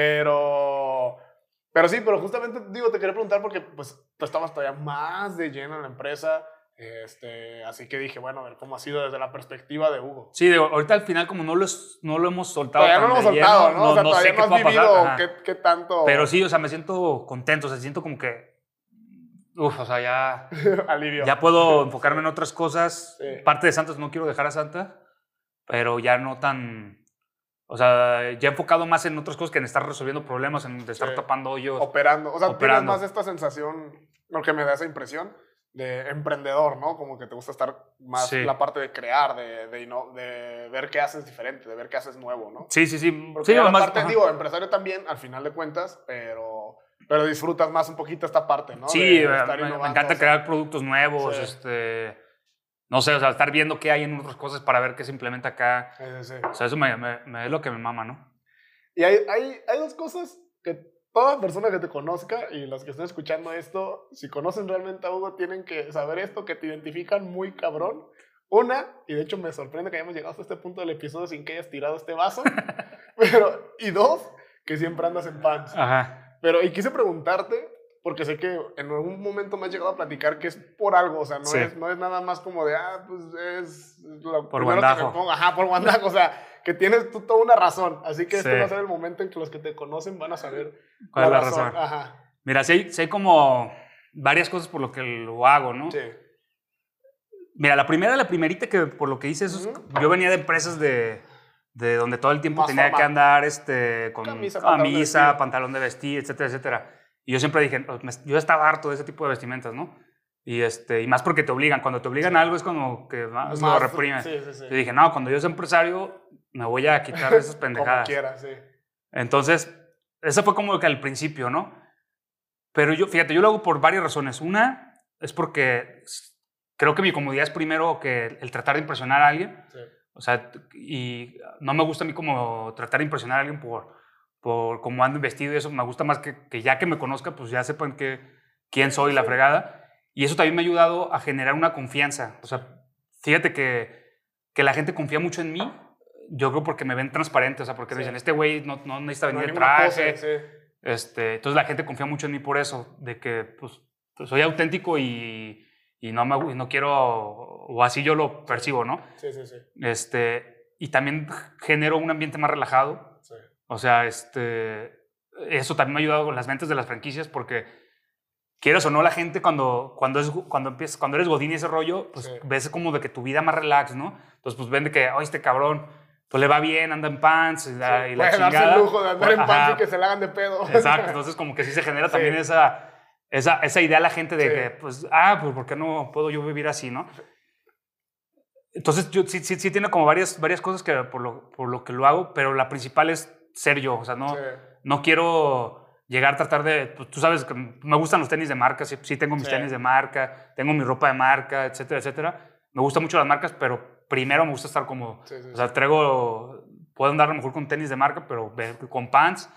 pero... Pero sí, pero justamente, digo, te quería preguntar porque pues tú estabas todavía más de lleno en la empresa, este, así que dije, bueno, a ver cómo ha sido desde la perspectiva de Hugo. Sí, digo, ahorita al final como no lo, es, no lo hemos soltado todavía no lo hemos soltado, lleno, ¿no? O sea, no, todavía no, no has vivido qué, qué tanto... Pero sí, o sea, me siento contento, o sea, siento como que, uf, o sea, ya... Alivio. Ya puedo enfocarme en otras cosas. Sí. Parte de Santas no quiero dejar a Santa, pero ya no tan... O sea, ya he enfocado más en otras cosas que en estar resolviendo problemas, en de estar sí. tapando hoyos. Operando. O sea, operando. tienes más esta sensación, lo que me da esa impresión, de emprendedor, ¿no? Como que te gusta estar más sí. la parte de crear, de, de, de ver qué haces diferente, de ver qué haces nuevo, ¿no? Sí, sí, sí. Porque sí la más, parte, ajá. digo, empresario también, al final de cuentas, pero, pero disfrutas más un poquito esta parte, ¿no? Sí, de, de estar me, innovando, me encanta o sea, crear productos nuevos, sí. este... No sé, o sea, estar viendo qué hay en otras cosas para ver qué se implementa acá. Sí, sí, sí. O sea, eso me, me, me es lo que me mama, ¿no? Y hay, hay, hay dos cosas que toda persona que te conozca y los que estén escuchando esto, si conocen realmente a Hugo, tienen que saber esto, que te identifican muy cabrón. Una, y de hecho me sorprende que hayamos llegado hasta este punto del episodio sin que hayas tirado este vaso. Pero, y dos, que siempre andas en pants. Ajá. Pero, y quise preguntarte, porque sé que en algún momento me has llegado a platicar que es por algo, o sea, no, sí. es, no es nada más como de, ah, pues es lo por primero guandajo. que me pongo, ajá, por guandajo, o sea, que tienes tú toda una razón, así que sí. este va a ser el momento en que los que te conocen van a saber cuál la es la razón. razón. Ajá. Mira, sí hay, sí hay como varias cosas por lo que lo hago, ¿no? Sí. Mira, la primera, la primerita que por lo que hice, eso uh-huh. es, yo venía de empresas de, de donde todo el tiempo Más tenía formal. que andar este, con Camisa, camisa, pantalón de vestir. pantalón de vestir, etcétera, etcétera. Y yo siempre dije, "Oh, me- yo estaba harto de ese tipo de vestimentas, ¿no? Y, este, y más porque te obligan. Cuando te obligan Sí. a algo es como que más, lo Más- reprimen. sí, sí, sí. Yo dije, no, cuando yo sea empresario me voy a quitar esas Como pendejadas. quiera, sí. Entonces, eso fue como que al principio, ¿no? Pero yo, fíjate, yo lo hago por varias razones. Una es porque creo que mi comodidad es primero que el tratar de impresionar a alguien. Sí. O sea, y no me gusta a mí como tratar de impresionar a alguien por, por cómo ando vestido y eso. Me gusta más que, que ya que me conozca, pues ya sepan que, quién soy, la fregada. Y eso también me ha ayudado a generar una confianza. O sea, fíjate que, que la gente confía mucho en mí. Yo creo porque me ven transparente. O sea, porque Sí. dicen, este güey no, no necesita No venir hay de ninguna traje. pose, sí. Este, entonces la gente confía mucho en mí por eso. De que pues, pues, soy auténtico y, y no, me, y no quiero... O así yo lo percibo, ¿no? Sí, sí, sí. Este, y también genero un ambiente más relajado. Sí. O sea, este, eso también me ha ayudado con las ventas de las franquicias porque, quieras o no, la gente cuando, cuando, es, cuando, empiezas, cuando eres godín y ese rollo, pues Sí. ves como de que tu vida más relax, ¿no? Entonces, pues ven de que, oh, este cabrón, pues le va bien, anda en pants y la, Sí. y la Puede darse chingada. el lujo de andar en Ajá, pants y que se la hagan de pedo. exacto, entonces como que sí se genera Sí. también esa, esa, esa idea a la gente de Sí. que, pues, ah, pues, ¿por qué no puedo yo vivir así, no? Entonces, yo, sí, sí, sí tiene como varias, varias cosas que, por, lo, por lo que lo hago, pero la principal es ser yo. O sea, no, Sí. no quiero llegar a tratar de... Pues, tú sabes que me gustan los tenis de marca, sí, sí tengo mis Sí. tenis de marca, tengo mi ropa de marca, etcétera, etcétera. Me gustan mucho las marcas, pero primero me gusta estar cómodo. Sí, sí, O sea, traigo... Puedo andar a lo mejor con tenis de marca, pero ve- con pants.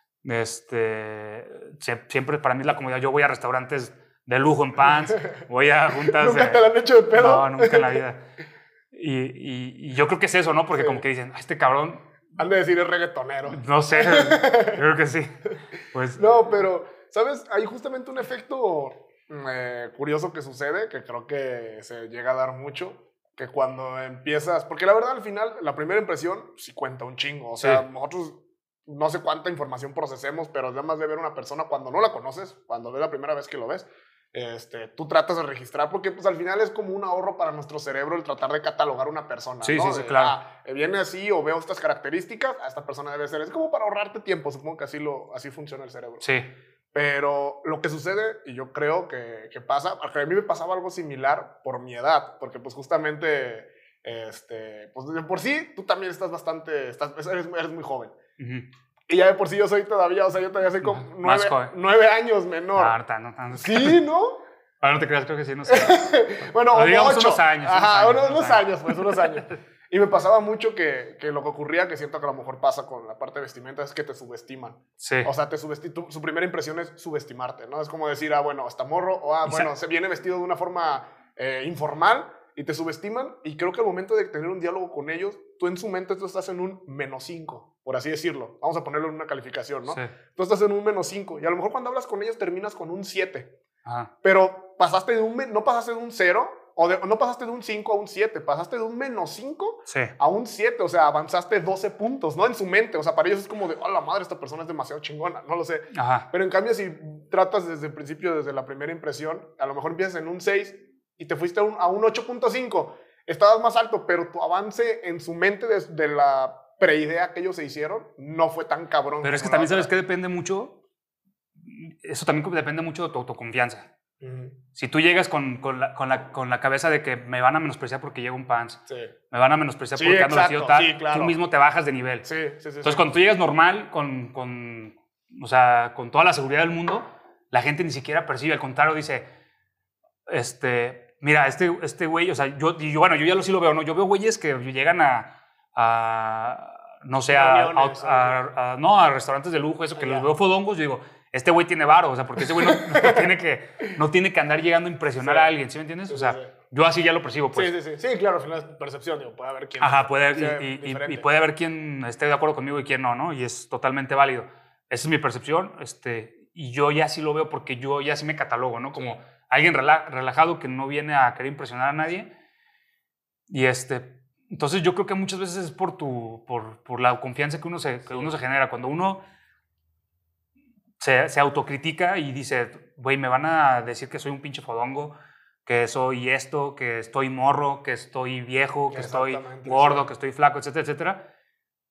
Este, sie- siempre para mí es la comodidad. Yo voy a restaurantes de lujo en pants, voy a juntas... ¿Nunca de- te la han hecho de pedo? no, nunca en la vida. Y, y, y yo creo que es eso, ¿no? Porque Sí. como que dicen, "Ah, este cabrón, Han de decir es reggaetonero. no sé, yo creo que sí". Pues, No, pero, ¿sabes? Hay justamente un efecto eh, curioso que sucede, que creo que se llega a dar mucho, que cuando empiezas, porque la verdad al final, la primera impresión sí cuenta un chingo. O sea, Sí. nosotros no sé cuánta información procesemos, pero además de ver una persona cuando no la conoces, cuando ves la primera vez que lo ves, este, tú tratas de registrar, porque pues al final es como un ahorro para nuestro cerebro el tratar de catalogar una persona, Sí, ¿no? sí, sí, De, claro. ah, viene así o veo estas características, a esta persona debe ser. Es como para ahorrarte tiempo, supongo que así, lo, así funciona el cerebro. sí, Pero lo que sucede, y yo creo que, que pasa, porque a mí me pasaba algo similar por mi edad, porque pues justamente, este, pues de por sí, tú también estás bastante, estás, eres, eres muy joven. ujú. Y ya de por sí yo soy todavía, o sea, yo todavía soy como Más nueve, joven. nueve años menor. No, no, tan- no, tan- Sí, ¿no? Ahora no te creas, creo que sí, no sé. Bueno, O como digamos ocho. unos años, unos Ajá, años, unos, unos unos años, pues, unos años. Y me pasaba mucho que, que lo que ocurría, que siento que a lo mejor pasa con la parte de vestimenta, es que te subestiman. Sí. O sea, te subesti tu, su primera impresión es subestimarte, ¿no? Es como decir, ah, bueno, hasta morro, o ah, Y bueno, sa- se viene vestido de una forma eh, informal y te subestiman. Y creo que al momento de tener un diálogo con ellos, tú en su mente tú estás en un menos cinco, por así decirlo. Vamos a ponerlo en una calificación, ¿no? Sí. Tú estás en un menos cinco y a lo mejor cuando hablas con ellos terminas con un siete. Ajá. Pero pasaste de un, me- no pasaste de un cero, o, de, o no pasaste de un cinco a un siete, pasaste de un menos cinco Sí. a un siete, o sea, avanzaste doce puntos, ¿no? En su mente, o sea, para ellos es como de, oh, la madre, esta persona es demasiado chingona, no lo sé. Ajá. Pero en cambio, si tratas desde el principio, desde la primera impresión, a lo mejor empiezas en un seis y te fuiste a un, a un ocho punto cinco, estabas más alto, pero tu avance en su mente desde la preidea que ellos se hicieron no fue tan cabrón. Pero es que como la también sabes otra. que depende mucho, eso también depende mucho de tu autoconfianza. Ujú. Si tú llegas con, con, la, con, la, con la cabeza de que me van a menospreciar porque llego en pants, Sí, me van a menospreciar Sí, porque ando exacto, vestido tal, sí, claro. tú mismo te bajas de nivel. sí, sí, sí. Entonces, sí. cuando tú llegas normal, con, con, o sea, con toda la seguridad del mundo, la gente ni siquiera percibe, al contrario, dice, este, mira, este, este güey, o sea, yo, y yo, bueno, yo ya lo sí lo veo, ¿no? Yo veo güeyes que llegan a, a no sé, a, Reuniones, a- a- a- no, a restaurantes de lujo, eso, que Ya. los veo fodongos, yo digo, este güey tiene varo, o sea, porque ese güey no, no tiene que, no tiene que andar llegando a impresionar Sí. a alguien, ¿sí me entiendes? Sí, O sea, sí, sí. yo así ya lo percibo, pues. Sí, sí, sí. Sí, claro, al final es percepción, digo, puede haber quien. Ajá, puede, sea y, y- diferente. y puede haber quien esté de acuerdo conmigo y quien no, ¿no? Y es totalmente válido. Esa es mi percepción, este, y yo ya sí lo veo porque yo ya sí me catalogo, ¿no? Como alguien rela- relajado que no viene a querer impresionar a nadie. Y este, entonces yo creo que muchas veces es por, tu, por, por la confianza que uno se, que uno se genera. Cuando uno se, se autocritica y dice, güey, me van a decir que soy un pinche fodongo, que soy esto, que estoy morro, que estoy viejo, que estoy Exactamente, gordo, sí. que estoy flaco, etcétera, etcétera.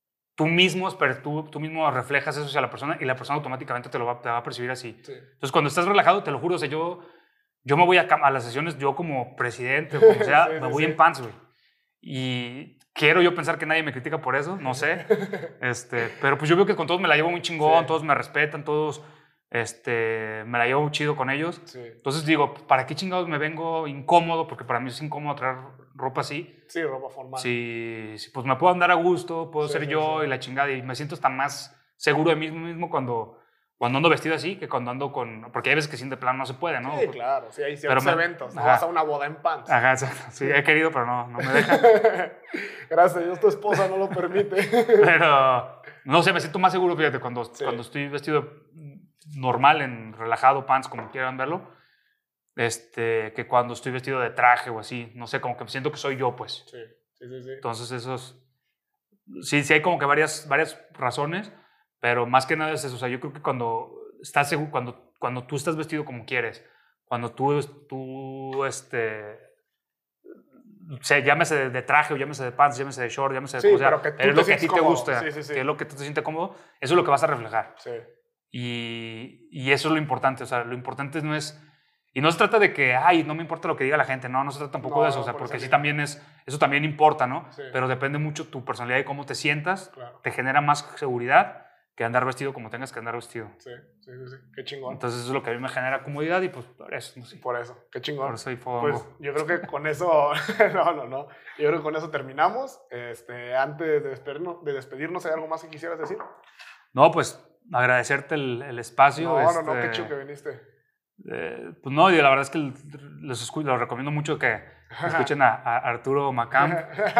tú mismo, pero tú, tú mismo reflejas eso hacia la persona y la persona automáticamente te lo va, te va a percibir así. Sí. Entonces, cuando estás relajado, te lo juro, o sea, yo, yo me voy a, a las sesiones, yo como presidente, o como sea, Sí, me sí, voy sí. en pants, güey. Y quiero yo pensar que nadie me critica por eso, no sé. este, pero pues yo veo que con todos me la llevo muy chingón, Sí. todos me respetan, todos este, me la llevo chido con ellos. Sí. Entonces digo, ¿para qué chingados me vengo incómodo? Porque para mí es incómodo traer ropa así. Sí, ropa formal. Si, si pues me puedo andar a gusto, puedo Sí, ser sí, yo sí. y la chingada. Y me siento hasta más seguro de mí mismo cuando, cuando ando vestido así que cuando ando con... Porque hay veces que sin de plano no se puede, ¿no? Sí, claro. Sí, hay ciertos Pero me- eventos. No Ajá. vas a una boda en pants. Ajá, exacto. Sí, he querido, pero no, no me dejan. Gracias a Dios tu esposa no lo permite. Pero, no sé, me siento más seguro, fíjate, cuando, Sí. cuando estoy vestido normal, en relajado, pants, como quieran verlo, este, que cuando estoy vestido de traje o así. No sé, como que siento que soy yo, pues. Sí, sí, sí. sí. Entonces, esos... Sí, sí hay como que varias, varias razones, pero más que nada es eso. O sea, yo creo que cuando, estás seguro, cuando, cuando tú estás vestido como quieres, cuando tú, tú este... O sea, llámese de, de traje o llámese de pants, llámese de short, llámese de Sí, como sea, pero que tú pero es te lo que a ti sientes te cómodo. gusta, Sí, sí, sí. que es lo que tú te sientes cómodo, eso es lo que vas a reflejar. Sí. Y, y eso es lo importante, o sea, lo importante no es... Y no se trata de que, ay, no me importa lo que diga la gente, no, no se trata tampoco No, de eso, o sea, por porque eso sí mismo. también es, eso también importa, ¿no? Sí. Pero depende mucho tu personalidad y cómo te sientas, Claro. te genera más seguridad que andar vestido como tengas que andar vestido. Sí, sí, sí, sí. Qué chingón. Entonces eso es lo que a mí me genera comodidad y pues por eso, no sé, Por eso, qué chingón. por eso ahí fue. Pues yo creo que con eso, no, no, no. Yo creo que con eso terminamos. Este, antes de despedirnos, de despedirnos, ¿hay algo más que quisieras decir? No, pues agradecerte el, el espacio. No, este, no, no, qué chido que viniste. Eh, pues no, y la verdad es que los, escu- los recomiendo mucho que escuchen a, a Arturo Macamp.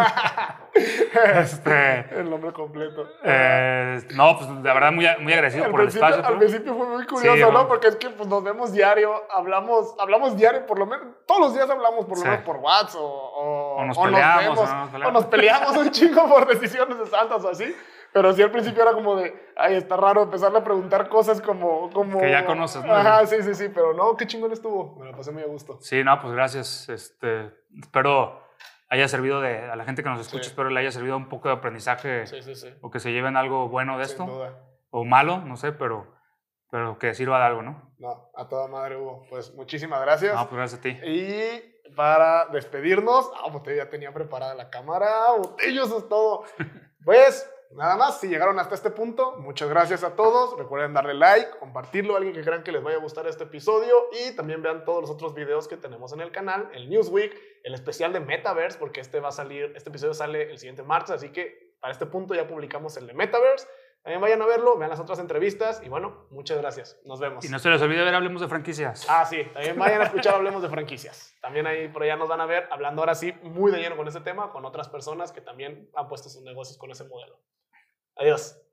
este, El nombre completo. eh, no, pues la verdad muy, muy agradecido Al por el principio, espacio. al Arturo. principio fue muy curioso, Sí, ¿no? ¿no? Porque es que pues, nos vemos diario, hablamos, hablamos diario, por lo menos, todos los días hablamos por lo Sí. menos por WhatsApp o, o, O nos o peleamos, vemos, o nos peleamos. o nos peleamos un chingo por decisiones de santas o así. Pero sí, al principio era como de, ay, está raro empezarle a preguntar cosas como... como Que ya conoces, ¿no? Ajá, sí, sí, sí, pero no, qué chingón estuvo. Me la pasé muy a gusto. Sí, no, pues gracias. Este, espero haya servido de, a la gente que nos escucha, Sí. espero le haya servido un poco de aprendizaje Sí, sí, sí. o que se lleven algo bueno de Sin esto. duda. O malo, no sé, pero, pero que sirva de algo, ¿no? No, a toda madre, Hugo. Pues muchísimas gracias. No, pues gracias a ti. Y para despedirnos, ah, Botello ya tenía preparada la cámara, Botello, eso es todo. Pues nada más, si llegaron hasta este punto, muchas gracias a todos. Recuerden darle like, compartirlo a alguien que crean que les vaya a gustar este episodio y también vean todos los otros videos que tenemos en el canal, el Newsweek, el especial de Metaverse, porque este va a salir, este episodio sale el siguiente martes, así que para este punto ya publicamos el de Metaverse. También vayan a verlo, vean las otras entrevistas y bueno, muchas gracias. Nos vemos. Y no se les olvide ver Hablemos de Franquicias. Ah, sí, también vayan a escuchar Hablemos de Franquicias. También ahí por allá nos van a ver hablando ahora sí muy de lleno con ese tema, con otras personas que también han puesto sus negocios con ese modelo. Adiós.